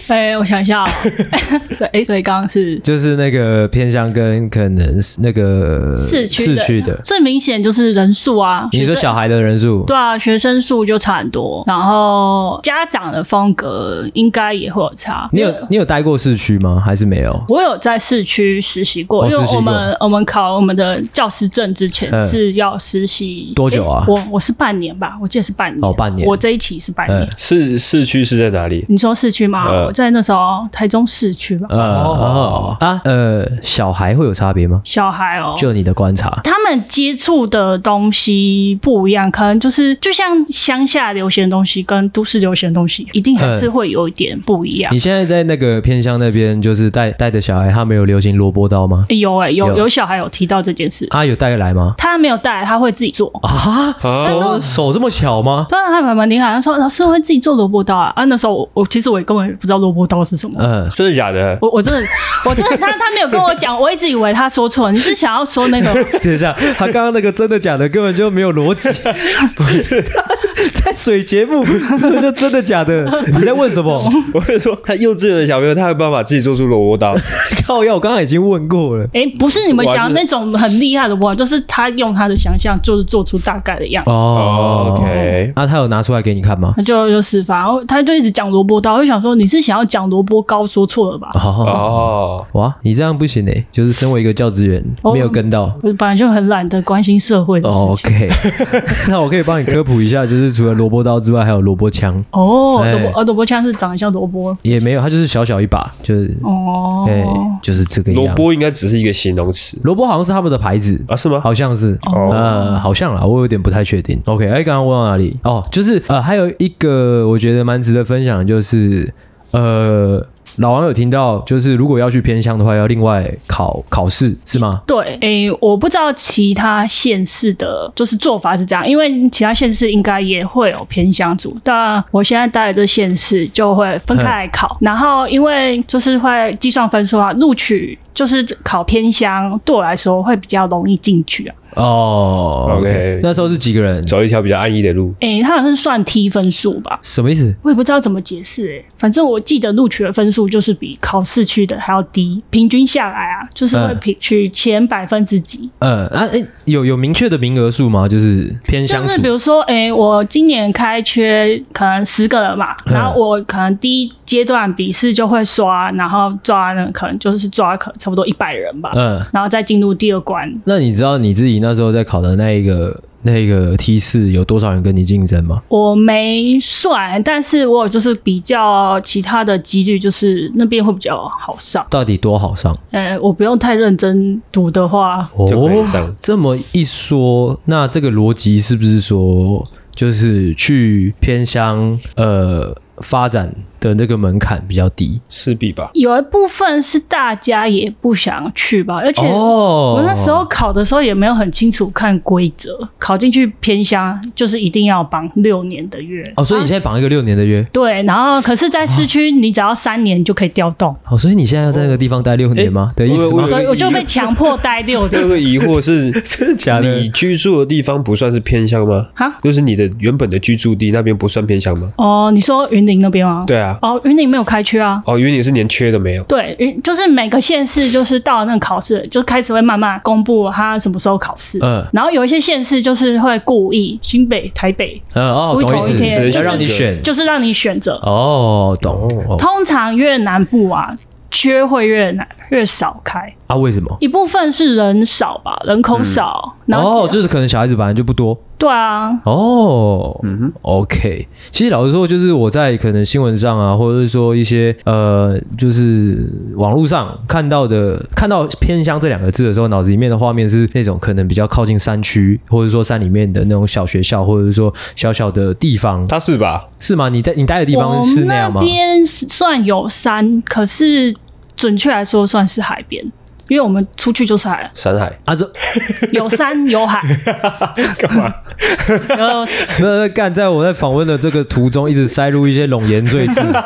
哎、欸，我想一下、哦，对，哎、欸，所以刚刚是就是那个偏乡跟可能那个市区的， 市区的最明显就是人数啊。 你说小孩的人数？ 对啊，学生数就差很多，然后家长的风格应该也会有差。 你有你有待过市区吗？还是没有？ 我有在市区实习过， 哦、 因为我们我们考我们的教师证之前是要实习、 嗯、多久啊？ 我我是半年吧，我记得是半年。 哦，半年。 我这一期是半年。嗯、 市市区是在哪里？ 你说市区吗？呃、我在那时候台中市区吧。 呃哦啊呃，小孩会有差别吗？ 小孩哦， 就你的观察， 他们接触的东西不一样，可能就是就像乡下流行的东西跟都市流行的东西，一定还是会有一点不一样。 嗯、你现在在那个偏乡那边，就是带带的小孩，他们有流行萝卜刀吗？ 有哎、欸，有 有, 有小孩有提到这件事。 啊，有带来吗？ 他没有带，他会自己做啊。手手这么巧吗？ 对啊，他蛮蛮厉害。他说老师会自己做萝卜刀啊。啊，那时候我我其实我也根本不知道萝卜刀是什么。 嗯， 真的假的？ 我我真的我真的他他没有跟我讲，我一直以为他说错了。你是想要说那个？ 等一下，他刚刚那个真的假的根本就没有逻辑。不是在水节目，这就真的假的？你在问什么？ 我跟你说，他幼稚园的小朋友，他有办法自己做出萝卜刀。 靠腰，我刚刚已经问过了。 哎、欸，不是你们想的那种很厉害的萝卜刀，就是他用他的想象，就是做出大概的样子。 哦 ，OK。 那、啊、他有拿出来给你看吗？ 他就就示范，然后他就一直讲萝卜刀，我就想说你是想要讲萝卜糕，说错了吧？ 哦，哇，你这样不行哎、欸，就是身为一个教职员，哦、没有跟到。 我本来就很懒得关心社会的事情。 哦、OK， 那我可以帮你科普一下，就是除了萝卜刀之外，还有萝卜枪。 哦，萝卜，呃，萝卜枪是长得像萝卜？ 也没有，它就是小小一把，就是哦，哎、欸，就是这个样。 萝卜应该只是一个形容词， 萝卜好像是他们的牌子啊？是吗？ 好像是， 哦、 呃，好像啦，我有点不太确定。OK， 哎、欸，刚刚问到哪里？哦，就是呃，还有一个我觉得蛮值得分享的，就是呃。老王有听到，就是如果要去偏乡的话，要另外考考试，是吗？ 对，诶，我不知道其他县市的，就是做法是这样，因为其他县市应该也会有偏乡组，但我现在待的这县市就会分开来考，然后因为就是会计算分数啊，录取就是考偏乡，对我来说会比较容易进去啊。 哦 ，OK， 那时候是几个人走一条比较安逸的路？ 诶，他好像是算T分数吧？ 什么意思？ 我也不知道怎么解释诶，反正我记得录取的分数就是比考市区的还要低，平均下来啊，就是会平取前百分之几。 呃啊，诶，有有明确的名额数吗？就是偏乡组， 就是比如说，诶，我今年开缺可能十个人嘛，然后我可能第一阶段笔试就会刷，然后抓呢可能就是抓可能差不多一百人吧，嗯，然后再进入第二关。 那你知道你自己那时候在考的那一个那个梯次有多少人跟你竞争吗？ 我没算，但是我有就是比较其他的几率，就是那边会比较好上。 到底多好上？ 呃，我不用太认真读的话， 哦、 就可以上。 这么一说，那这个逻辑是不是说，就是去偏乡呃发展的那个门槛比较低？ 势必吧。 有一部分是大家也不想去吧，而且我那时候考的时候也没有很清楚看规则，考进去偏乡就是一定要绑六年的约。 哦，所以你现在绑一个六年的约？ 啊、对，然后可是在市区你只要三年就可以调动。 哦，所以你现在要在那个地方待六年吗？的意思吗？ 所以我就被强迫待六年。 这个疑惑是真的假的？ 你居住的地方不算是偏乡吗？ 哈， 就是你的原本的居住地那边不算偏乡吗？ 哦，你说云林那边吗？ 对啊。 哦，云林没有开缺啊。 哦，云林是连缺都没有。 对，就是每个县市就是到了那个考试，就开始会慢慢公布他什么时候考试。嗯，然后有一些县市就是会故意新北、台北， 嗯哦， 故意投一天， 就是让你选， 就是让你选择。 哦，懂。哦、 通常越南部啊，缺会越难越少开。 啊？为什么？ 一部分是人少吧，人口少。 嗯、然后哦，就是可能小孩子本来就不多。 对啊。 哦，嗯哼 ，OK。其实老实说，就是我在可能新闻上啊，或者是说一些呃，就是网络上看到的，看到偏乡这两个字的时候，脑子里面的画面是那种可能比较靠近山区，或者说山里面的那种小学校，或者是说小小的地方。 它是吧？ 是吗？你在你待的地方是那样吗？ 我那边算有山，可是准确来说算是海边。因为我们出去就是海， 山海啊，这有山有海， 干嘛？ 然后那干在我在访问的这个途中，一直塞入一些冗言赘字，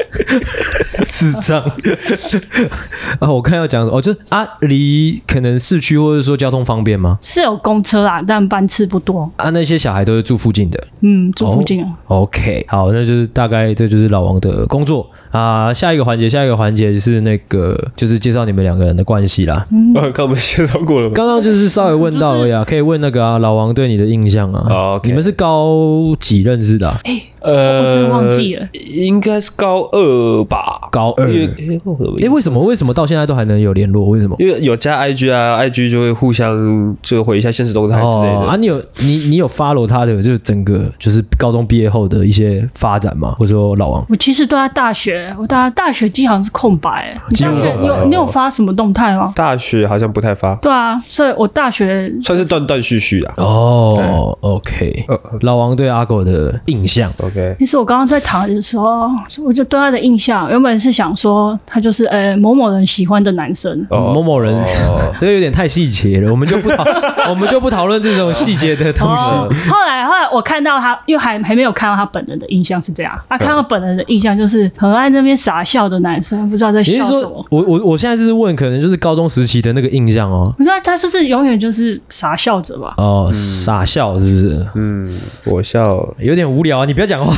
智障啊！我看要讲哦，就啊，离可能市区或者说交通方便吗？ 是有公车啦，但班次不多啊。那些小孩都是住附近的， 嗯，住附近啊。 哦、OK， 好，那就是大概这就是老王的工作啊。下一个环节，下一个环节就是那个就是介绍你们两个人的关系啦。 嗯，刚我们介绍过了吗？ 刚刚就是稍微问到了呀，可以问那个啊，老王对你的印象啊。 哦 okay、 你们是高几认识的、啊？ 哎、欸，呃，我真的忘记了， 应该是高二吧， 高二。因为哎、欸，为什么为什么到现在都还能有联络？为什么？ 因为有加 I G 啊 ，I G 就会互相就回一下现实动态之类的、 哦、啊。你有你你有 follow 他的就是整个就是高中毕业后的一些发展吗？或者说老王？ 我其实对他大学，我大大学基本上是空白。你大学你有你有发什么动态吗？ 大学好像不太发。 对啊，所以我大学算是断断续续啊。 哦 ，OK，、呃、老王对阿狗的印象 ，OK。 其实我刚刚在谈的时候，我就对他的印象原本是想说他就是呃某某人喜欢的男生， 哦、某某人，哦、这个有点太细节了，我们就不讨我们就不讨论这种细节的东西。 哦、后来后来我看到他，因为还还没有看到他本人的印象是这样，他、啊、看到本人的印象就是很爱那边傻笑的男生，不知道在笑什么。 我我我现在是问，可能就是高中时期的那个印象哦。 我说他就是永远就是傻笑着吧。 哦，嗯、傻笑是不是？ 嗯，我笑有点无聊啊，你不要讲话。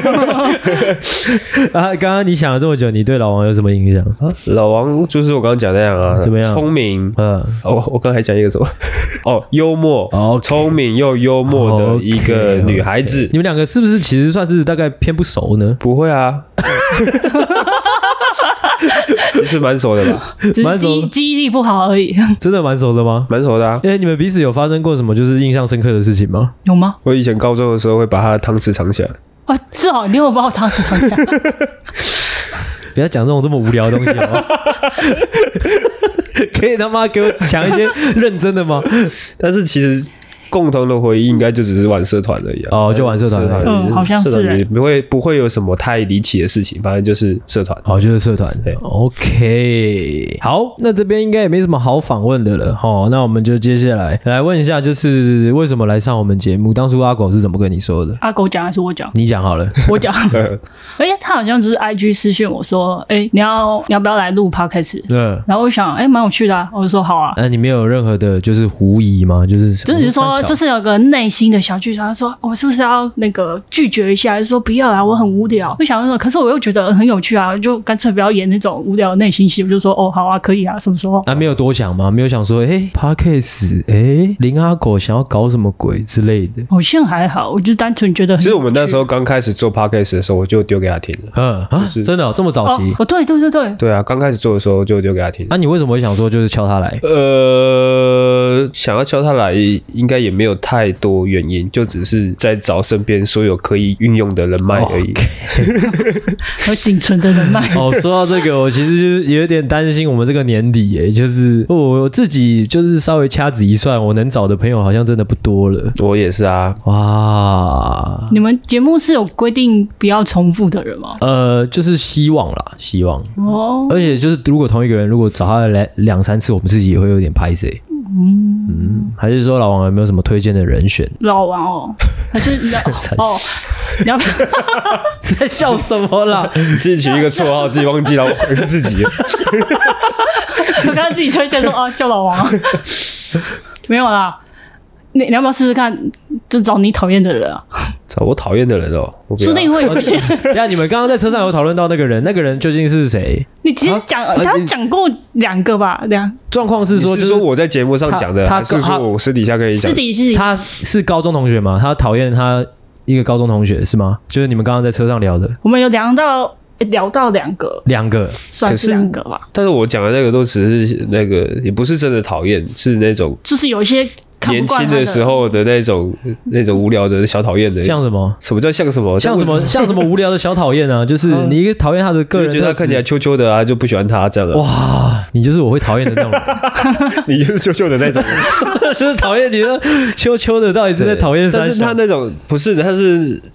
啊，刚刚你想了这么久，你对老王有什么印象？ 啊、老王就是我刚刚讲那样啊， 怎么样？ 聪明， 嗯， 哦，我刚才讲一个什么？哦，幽默，哦，聪明又幽默的一个女孩子。 Okay, okay. 你们两个是不是其实算是大概偏不熟呢？ 不会啊。其实蛮熟的吧， 蛮熟，记忆力不好而已。 真的蛮熟的吗？ 蛮熟的啊。 因为你们彼此有发生过什么就是印象深刻的事情吗？ 有吗？ 我以前高中的时候会把他的汤匙藏起来。 哦，是哦，你有把我汤匙藏起来。 不要讲这种这么无聊的东西好吗？可以他妈给我讲一些认真的吗？ 但是其实共同的回忆应该就只是玩社团而已、啊、 哦，就玩社团， 嗯，好像是、欸， 不会不会有什么太离奇的事情，反正就是社团， 好，就是社团，对 ，OK， 好，那这边应该也没什么好访问的了，好，那我们就接下来来问一下，就是为什么来上我们节目？当初阿狗是怎么跟你说的？ 阿狗讲还是我讲？ 你讲好了， 我讲。而且他好像就是 I G 私讯我说，哎、欸，你要你要不要来录 podcast？ 嗯，然后我想，哎、欸，蛮有趣的、啊，我就说好啊。 那、啊、你没有任何的就是狐疑吗？就是就是说，就是有个内心的小剧场，他说我是不是要那个拒绝一下？就说不要啦，我很无聊。我想说，可是我又觉得很有趣啊，就干脆不要演那种无聊的内心戏。我就说哦，好啊，可以啊，什么时候？ 啊，没有多想吗？没有想说，哎、欸、，podcast， 哎、欸，林阿狗想要搞什么鬼之类的？ 好像还好，我就单纯觉得很有趣。 其实我们那时候刚开始做 podcast 的时候，我就丢给他听了。 嗯啊，就是、真的、哦、这么早期？ 哦，哦对对对对， 对啊，刚开始做的时候就丢给他听。 那、啊、你为什么会想说就是敲他来？ 呃，想要敲他来，应该也没有太多原因，就只是在找身边所有可以运用的人脉而已。 有仅存的人脉。 哦，说到这个，我其实就是有点担心我们这个年底耶，就是我自己就是稍微掐指一算，我能找的朋友好像真的不多了。 我也是啊。 哇， 你们节目是有规定不要重复的人吗？ 呃，就是希望啦，希望。 哦。 而且就是如果同一个人如果找他来两三次，我们自己也会有点拍谁。嗯嗯，还是说老王有没有什么推荐的人选？ 老王哦，还是哦，你要在笑什么啦？ 自己取一个绰号，自己忘记老王是自己。 我刚刚自己推荐说啊，叫老王，没有啦。你你要不要试试看？就找你讨厌的人啊！ 找我讨厌的人哦， 说不定会有一些。 呀，你们刚刚在车上有讨论到那个人，那个人究竟是谁？ 你其实讲，啊、他讲过两个吧？两状况是说， 就是说我在节目上讲的，还是说我私底下跟你讲？ 私底下他是高中同学吗？他讨厌他一个高中同学是吗？就是你们刚刚在车上聊的。 我们有聊到聊到两个， 两个算是两个吧。 但是我讲的那个都只是那个，也不是真的讨厌，是那种就是有一些。 年轻的时候的那种那种无聊的小讨厌的， 像什么？ 什么叫像什么？ 像什么？像什么无聊的小讨厌啊？就是你一个讨厌他的个人， 觉得他看起来秋秋的啊，就不喜欢他这样啊。 哇，你就是我会讨厌的那种人， 你就是秋秋的那种人， 就是讨厌你的秋秋的，到底是在讨厌？ 但是他那种不是，他是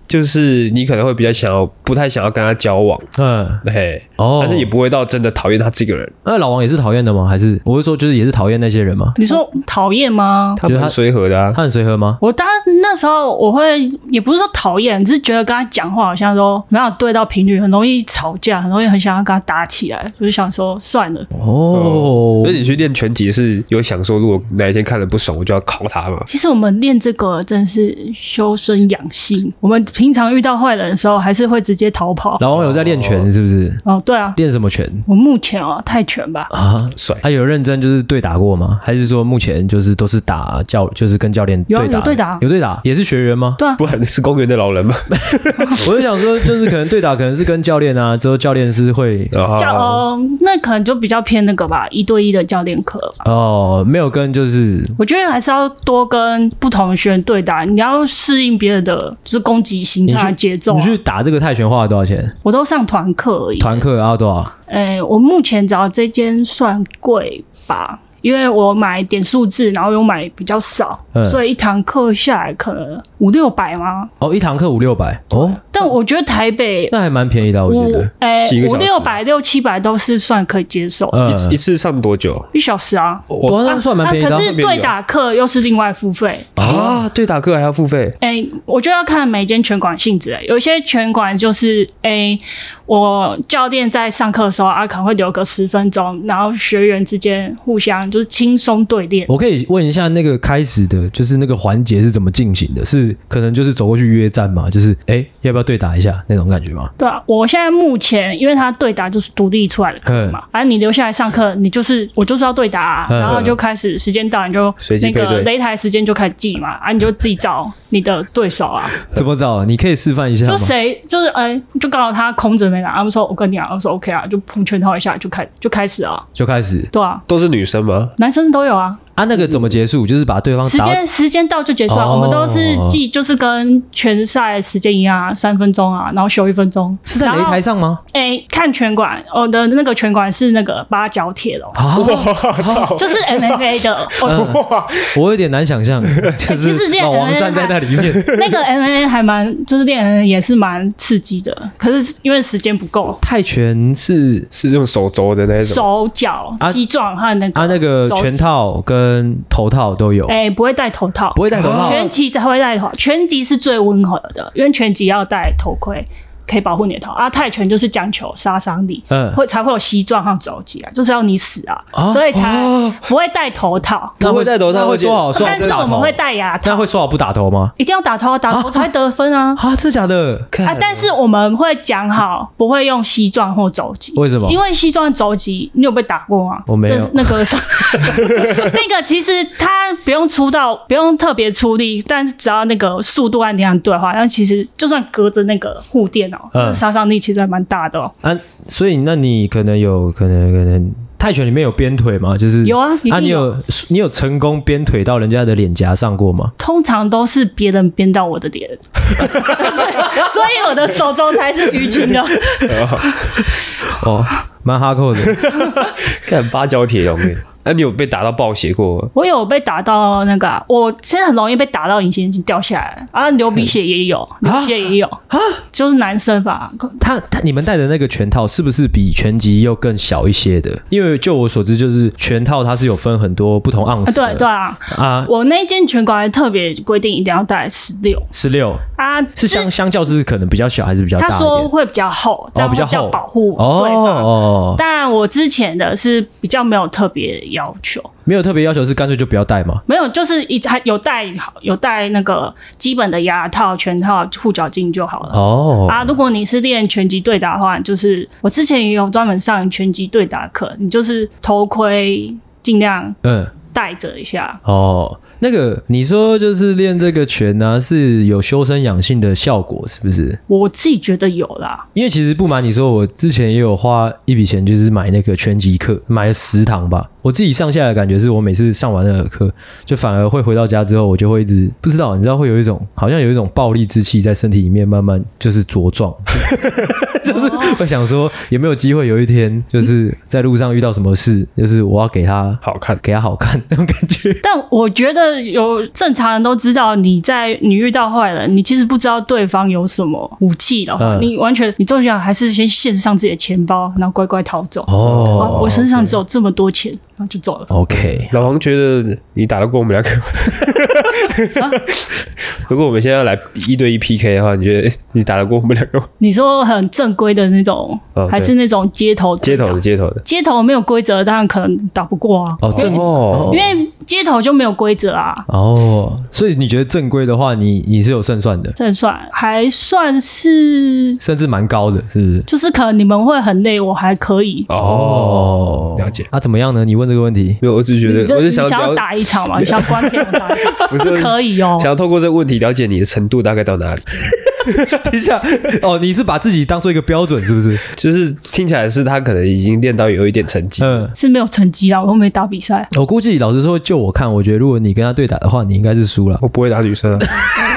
就是你可能会比较想要，不太想要跟他交往，嗯，对，哦，但是也不会到真的讨厌他这个人。 那老王也是讨厌的吗？还是我是说，就是也是讨厌那些人吗？ 你说讨厌吗？ 他很随和的啊， 他很随和吗？ 我当那时候我会也不是说讨厌，只是觉得跟他讲话好像都没有对到频率，很容易吵架，很容易很想要跟他打起来，就是想说算了。 哦， 所以你去练拳击是有想说，如果哪一天看了不爽，我就要考他嘛？ 其实我们练这个真的是修身养性，我们平常遇到坏人的时候，还是会直接逃跑。 老王有在练拳是不是？ 哦，对啊。 练什么拳？ 我目前哦，泰拳吧。 啊，帅！他、啊、有认真就是对打过吗？还是说目前就是都是打教，就是跟教练对打？ 有有对打， 有对打，也是学员吗？ 对啊， 不然是公园的老人吗？ 我就想说，就是可能对打，可能是跟教练啊，之后教练是会教呃，那可能就比较偏那个吧，一对一的教练课吧。 哦，没有跟就是， 我觉得还是要多跟不同的学员对打，你要适应别人的就是攻击形态节奏、啊。 你去打这个泰拳花了多少钱？ 我都上团课而已。 团课要多少？ 诶、欸，我目前找这间算贵吧。因为我买点数制，然后又买比较少、嗯，所以一堂课下来可能五六百吗？ 哦，一堂课五六百哦。 但我觉得台北那还蛮便宜的，我觉得。 哎，五六百、六七百都是算可以接受。 嗯、 一, 一次上多久？ 一小时啊。 我那算蛮便宜的、啊。 可是对打课又是另外付费啊？对打课还要付费？ 哎，我就要看每间拳馆性质。有些拳馆就是哎，我教练在上课的时候啊，可能会留个十分钟，然后学员之间互相就是轻松对练。 我可以问一下，那个开始的，就是那个环节是怎么进行的？是可能就是走过去约战嘛？就是哎，要不要对打一下那种感觉吗？ 对啊，我现在目前因为他对打就是独立出来的课嘛，反正你留下来上课，你就是我就是要对打、啊，然后就开始时间到你就那个擂台时间就开始记嘛，啊你就自己找你的对手啊。 怎么找？你可以示范一下吗？ 就谁就是哎，就刚好他空着没打，他们说我跟你讲，我说 OK 啊，就碰拳套一下就开就开始啊， 就开始。 对啊， 都是女生吗？ 男生都有啊。 啊，那个怎么结束？就是把对方打时间时间到就结束了、哦。我们都是记，就是跟拳赛时间一样啊，三分钟啊，然后休一分钟。 是在擂台上吗？ 哎、欸，看拳馆，我的那个拳馆是那个八角铁笼， 哇， 就是 M M A 的。 哇，我有点难想象，就是老王站在那里面。 那个 M M A 还蛮，就是练 M M A 也是蛮刺激的，可是因为时间不够。 泰拳是是用手肘的那种， 手脚、膝撞和那个啊，那个拳套跟跟头套都有， 哎、欸，不会戴头套， 不会戴头套， 拳击才会戴头套，拳击是最温和的，因为拳击要戴头盔。可以保护你的头啊，泰拳就是讲求杀伤力，嗯，会才会有膝撞和肘击啊，就是要你死啊，啊所以才不会戴头套。 那会戴头套会说好说好但是我们会戴牙套。 那会说好不打头吗？ 一定要打头，打头才会得分啊！ 啊，真的假的？ 啊，但是我们会讲好，不会用膝撞或肘击。 为什么？ 因为膝撞、肘击，你有被打过吗？ 我没有。 那个那个其实它不用出到，不用特别出力，但是只要那个速度和力量对的话，那其实就算隔着那个护垫哦，嗯、杀伤力其实还蛮大的哦。 啊，所以那你可能有可能可能泰拳里面有鞭腿吗？就是有啊， 啊，你有你有成功鞭腿到人家的脸颊上过吗？ 通常都是别人鞭到我的脸，所以我的手肘才是淤青的。 哦，蛮哈扣的， 看八角铁笼。那、啊、你有被打到爆血过吗？ 我有被打到那个、啊，我现在很容易被打到隐形眼镜掉下来啊，流鼻血也有，流血也有啊，就是男生吧。 他他你们戴的那个拳套是不是比拳击又更小一些的？因为就我所知，就是拳套它是有分很多不同盎司的、 啊。对对啊啊！我那间拳馆还特别规定一定要戴十六， 十六啊，是相相较是可能比较小还是比较大一点？ 他说会比较厚，这样比较保护对方。哦哦。但我之前的是比较没有特别要求， 没有特别要求是干脆就不要戴吗？ 没有，就是一还有戴有戴那个基本的牙套、拳套、护脚镜就好了。哦啊，如果你是练拳击对打的话，就是我之前也有专门上拳击对打课，你就是头盔尽量嗯戴着一下。 哦，那个你说就是练这个拳啊，是有修身养性的效果，是不是？ 我自己觉得有啦。 因为其实不瞒你说，我之前也有花一笔钱，就是买那个拳击课，买了十堂吧。我自己上下的感觉是我每次上完那个课，就反而会回到家之后，我就会一直不知道，你知道会有一种好像有一种暴力之气在身体里面慢慢就是茁壮， 就是会想说有没有机会有一天就是在路上遇到什么事，就是我要给他好看， 给他好看那种感觉。 但我觉得有正常人都知道，你在你遇到坏人，你其实不知道对方有什么武器的话，嗯、你完全你最想还是先献上自己的钱包，然后乖乖逃走。哦，啊、我身上只有这么多钱，然后就走了。 OK， 老王觉得你打得过我们两个吗？如果我们现在要来一对一 P K 的话，你觉得你打得过我们两个吗？ 你说很正规的那种，哦、还是那种街头街头的街头的街头没有规则，当然可能打不过啊。 哦，正哦，因为街头就没有规则啊。 哦，所以你觉得正规的话，你你是有胜算的？ 胜算还算是， 甚至蛮高的，是不是？ 就是可能你们会很累，我还可以。 哦，了解。 啊，怎么样呢？你问这个问题， 没有，我只觉得我是想你想要打一场嘛，你想要关天打一场，不是可以哦。 想要透过这个问题了解你的程度大概到哪里。 等一下，哦，你是把自己当做一个标准是不是？ 就是听起来是他可能已经练到有一点成绩， 嗯，是没有成绩啦，我又没打比赛。 我估计老实说，就我看，我觉得如果你跟他对打的话，你应该是输了。 我不会打女生啊。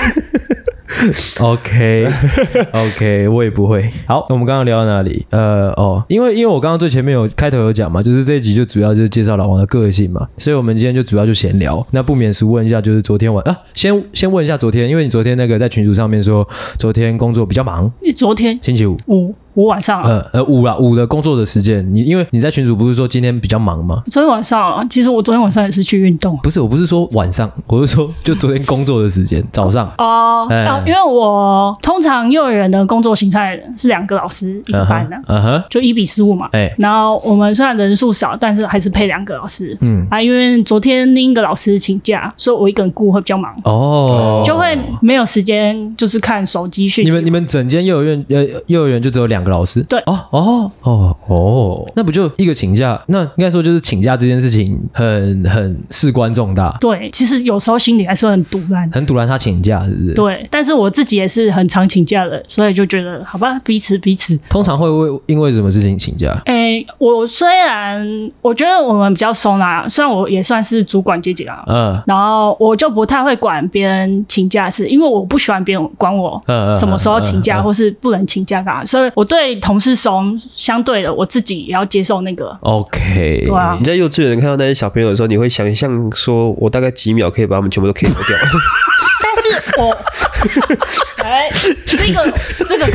OK OK， 我也不会。好，我们刚刚聊到哪里？呃哦，因为因为我刚刚最前面有开头有讲嘛，就是这一集就主要就是介绍老王的个性嘛，所以我们今天就主要就闲聊。那不免俗问一下，就是昨天晚啊，先先问一下昨天，因为你昨天那个在群组上面说昨天工作比较忙。 你昨天星期五五五晚上啊？ 呃呃五啦五的工作的时间，你因为你在群组不是说今天比较忙吗？ 昨天晚上啊，其实我昨天晚上也是去运动。 不是，我不是说晚上，我是说就昨天工作的时间早上。 哦、呃呃，因为我通常幼儿园的工作形态是两个老师一个班的，嗯哼， uh-huh, uh-huh, 就一比十五嘛。哎、欸，然后我们虽然人数少，但是还是配两个老师。嗯啊，因为昨天另一个老师请假，所以我一个人顾会比较忙。哦，就会没有时间就是看手机讯息。 你们你们整间幼儿园呃幼儿园就只有两个老师？ 对。 哦哦哦哦，那不就一个请假？那应该说就是请假这件事情很很事关重大。 对，其实有时候心里还是很堵烂， 很堵烂他请假，是不是？ 对，但是我自己也是很常请假的，所以就觉得好吧，彼此彼此。 通常会为因为什么事情请假？ 诶，我虽然我觉得我们比较松啦，虽然我也算是主管阶级啦，嗯，然后我就不太会管别人请假的事，因为我不喜欢别人管我什么时候请假，嗯嗯嗯嗯、或是不能请假干嘛，所以我对同事松，相对的我自己也要接受那个。 OK， 对啊。 你在幼稚园看到那些小朋友的时候，你会想象说，我大概几秒可以把他们全部都 K O 掉。 但是我，哎，这个这个可，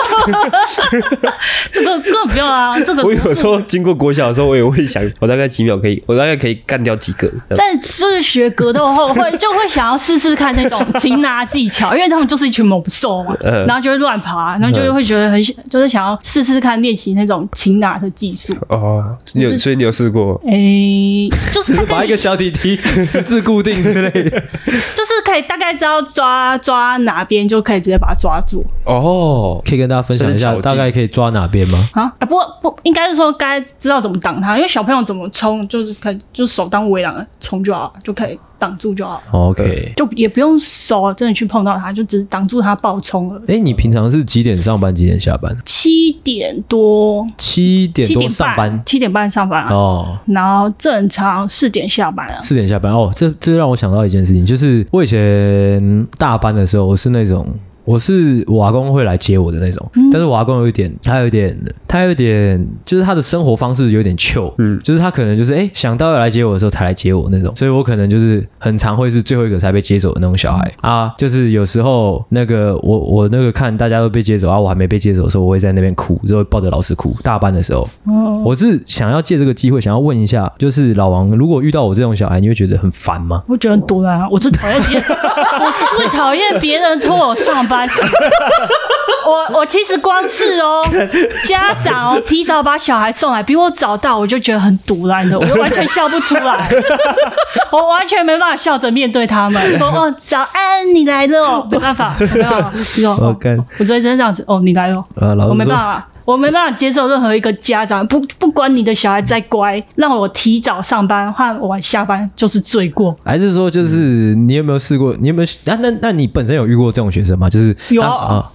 这个根本不用啊。这个我有时候经过国小的时候，我也会想，我大概几秒可以，我大概可以干掉几个。 但就是学格斗后会就会想要试试看那种擒拿技巧，因为他们就是一群猛兽嘛，嗯、然后就会乱爬，然后就会觉得很就是想要试试看练习那种擒拿的技术。 哦，你有，所以你有试过？ 哎、欸，就是把一个小弟弟十字固定之类的， 就是可以大概知道抓抓哪边就可以直接把它抓住。 哦，可以跟大家分享一下，大概可以抓哪边吗？ 啊，不不，应该是说该知道怎么挡它，因为小朋友怎么冲，就是可以就手当围栏冲就好，就可以挡住就好。 OK， 就也不用手真的去碰到它，就只是挡住它爆冲了。 哎、欸，你平常是几点上班？几点下班？ 七点多， 七点多上班， 七点半上班啊。哦，然后正常四点下班啊。 四点下班哦，这这让我想到一件事情，就是我以前大班的时候，我是那种。我是我阿公会来接我的那种，嗯、但是我阿公有一点，他有一点，他有一点，就是他的生活方式有点糗，嗯，就是他可能就是哎、欸、想到要来接我的时候才来接我那种，所以我可能就是很常会是最后一个才被接走的那种小孩、嗯、啊，就是有时候那个我我那个看大家都被接走啊，我还没被接走的时候，我会在那边哭，就会抱着老师哭。大班的时候，嗯，我是想要借这个机会，想要问一下，就是老王，如果遇到我这种小孩，你会觉得很烦吗？ 我觉得很多啊，我最讨厌别人，我最讨厌别人拖我上班。我我其实光是哦，家长哦提早把小孩送来，比我早到，我就觉得很堵烂的，我完全笑不出来，我完全没办法笑着面对他们，说哦早安你来了哦，没办法，没办法，你说哦，我昨天真的这样子哦你来了，啊、我没办法。我没办法接受任何一个家长不不管你的小孩再乖，让我提早上班和晚下班就是罪过。 还是说，就是你有没有试过？你有没有？那那那你本身有遇过这种学生吗？就是有啊，啊我有遇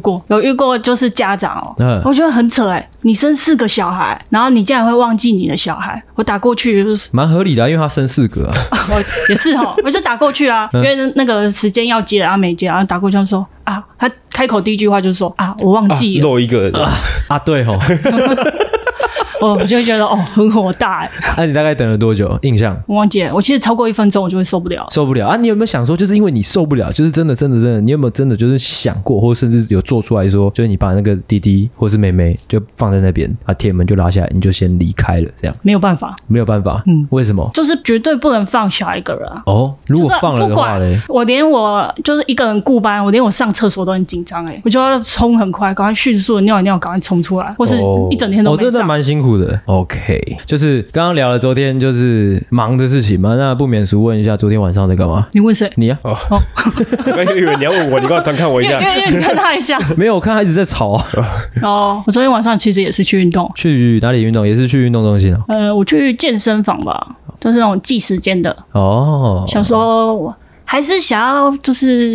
过，有遇过就是家长哦、喔，嗯，我觉得很扯哎、欸，你生四个小孩，然后你竟然会忘记你的小孩，我打过去就是蛮合理的、啊，因为他生四个啊， 也是哈，我就打过去啊，因为那个时间要接，然后没接，然后打过去就说啊，他开口第一句话就说啊，我忘记了， 漏、啊、一个人啊， 啊对吼。 我就会觉得哦，很火大哎。 那、啊、你大概等了多久？印象我忘记了，我其实超过一分钟我就会受不了， 受不了啊！你有没有想说，就是因为你受不了，就是真的真的真的，你有没有真的就是想过，或甚至有做出来说，就是你把那个弟弟或是妹妹就放在那边，啊，铁门就拉下来，你就先离开了，这样没有办法， 没有办法， 嗯， 为什么？ 就是绝对不能放小一个人啊！ 哦，如果放了的话嘞， 我连我就是一个人顾班，我连我上厕所都很紧张哎，我就要冲很快，赶快迅速的尿一尿，赶快冲出来，或是一整天都没上。 我、哦、真的蛮辛苦的。OK。就是刚刚聊了昨天就是忙的事情嘛，那不免俗问一下，昨天晚上在干嘛？ 你问谁？ 你啊？ 哦，我以为你要问我，你刚刚看我一下， 因为因为你看他一下， 没有，我看他一直在吵啊。 哦，我昨天晚上其实也是去运动， 去哪里运动？也是去运动中心啊？ 呃，我去健身房吧，就是那种计时间的。 哦， 想说我还是想要就是。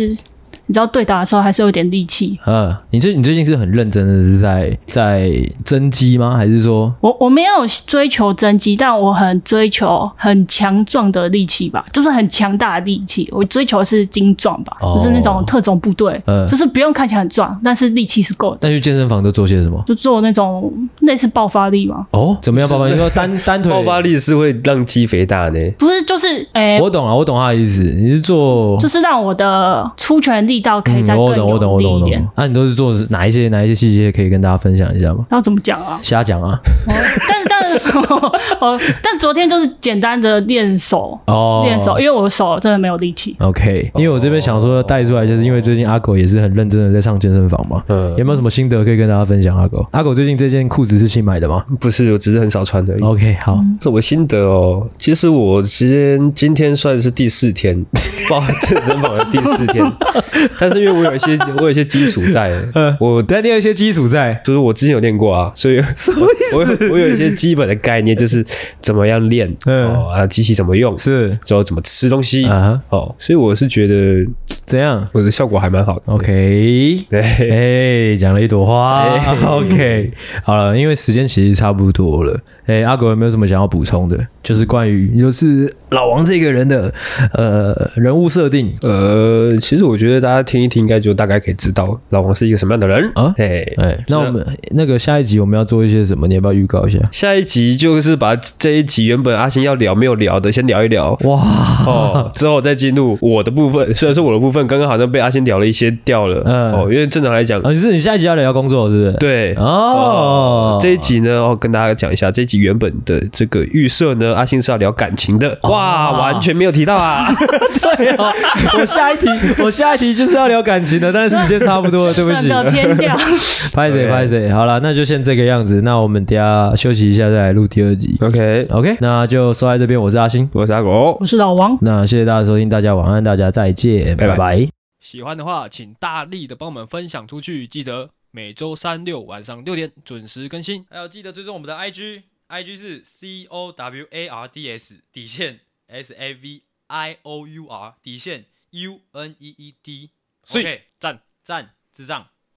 你知道对打的时候还是有点力气。 嗯，你最你最近是很认真的是在在增肌吗？还是说我我没有追求增肌，但我很追求很强壮的力气吧，就是很强大的力气。我追求的是精壮吧，哦、就是那种特种部队，嗯，就是不用看起来很壮，但是力气是够的。 但去健身房都做些什么？ 就做那种类似爆发力嘛。 哦，怎么样爆发力？你说单单腿爆发力是会让肌肥大呢？ 不是，就是诶，欸、 我懂了，我懂他的意思。你是做就是让我的出拳力道可以再更有力一点。嗯、我懂，我懂，我懂。那、啊、你都是做哪一些哪一些细节可以跟大家分享一下吗？ 要怎么讲啊？ 瞎讲啊！ 哦、但但哦，但昨天就是简单的练手哦，练手，因为我的手真的没有力气。 OK， 因为我这边想说带出来，就是因为最近阿狗也是很认真的在上健身房嘛。嗯，有没有什么心得可以跟大家分享？阿狗，阿狗最近这件裤子是新买的吗？ 不是，我只是很少穿而已。 OK， 好， 是我心得哦。其实我今天今天算是第四天报健身房的第四天，但是因为我有一些我有一一些基础在，我但你有一些基础在， 就是我之前有练过啊，所以什么意思？ 我有我有一些基本的概念，就是怎么样练，嗯、哦啊，机器怎么用， 是之后怎么吃东西啊，哦，所以我是觉得怎样， 我的效果还蛮好的。 OK， 对，哎，讲了一朵花、欸、，OK， 好了，因为时间其实差不多了，哎，阿狗有没有什么想要补充的？就是关于就是老王这个人的呃人物设定， 呃，其实我觉得大家听一听，应该就大概可以知道老王是一个什么样的人啊。哎哎，那我们那个下一集我们要做一些什么？你要不要预告一下？ 下一集就是把这一集原本阿星要聊没有聊的，先聊一聊哇哦，之后再进入我的部分。虽然说我的部分刚刚好像被阿星聊了一些掉了，嗯哦，因为正常来讲， 哦，你是你下一集要聊工作是不是？ 对哦, 哦，这一集呢，哦，跟大家讲一下，这一集原本的这个预设呢，阿星是要聊感情的，哇，哦、完全没有提到啊。 对哦，我下一题，我下一题就是要聊感情的，但是时间差不多了，对不起， 真的偏掉。 拍谁拍谁，好了，那就先这个样子，那我们等一下休息一下，再来录第二集。 OK OK， 那就说在这边，我是阿星， 我是阿狗， 我是老王。 那谢谢大家收听，大家晚安，大家再见，拜拜。拜拜。 喜欢的话，请大力的帮我们分享出去，记得每周三六晚上六点准时更新， 还有记得追踪我们的 I G，I G 是 C O W A R D S 底线 S A V I O U R 底线 U N E E D， OK， 赞赞智障。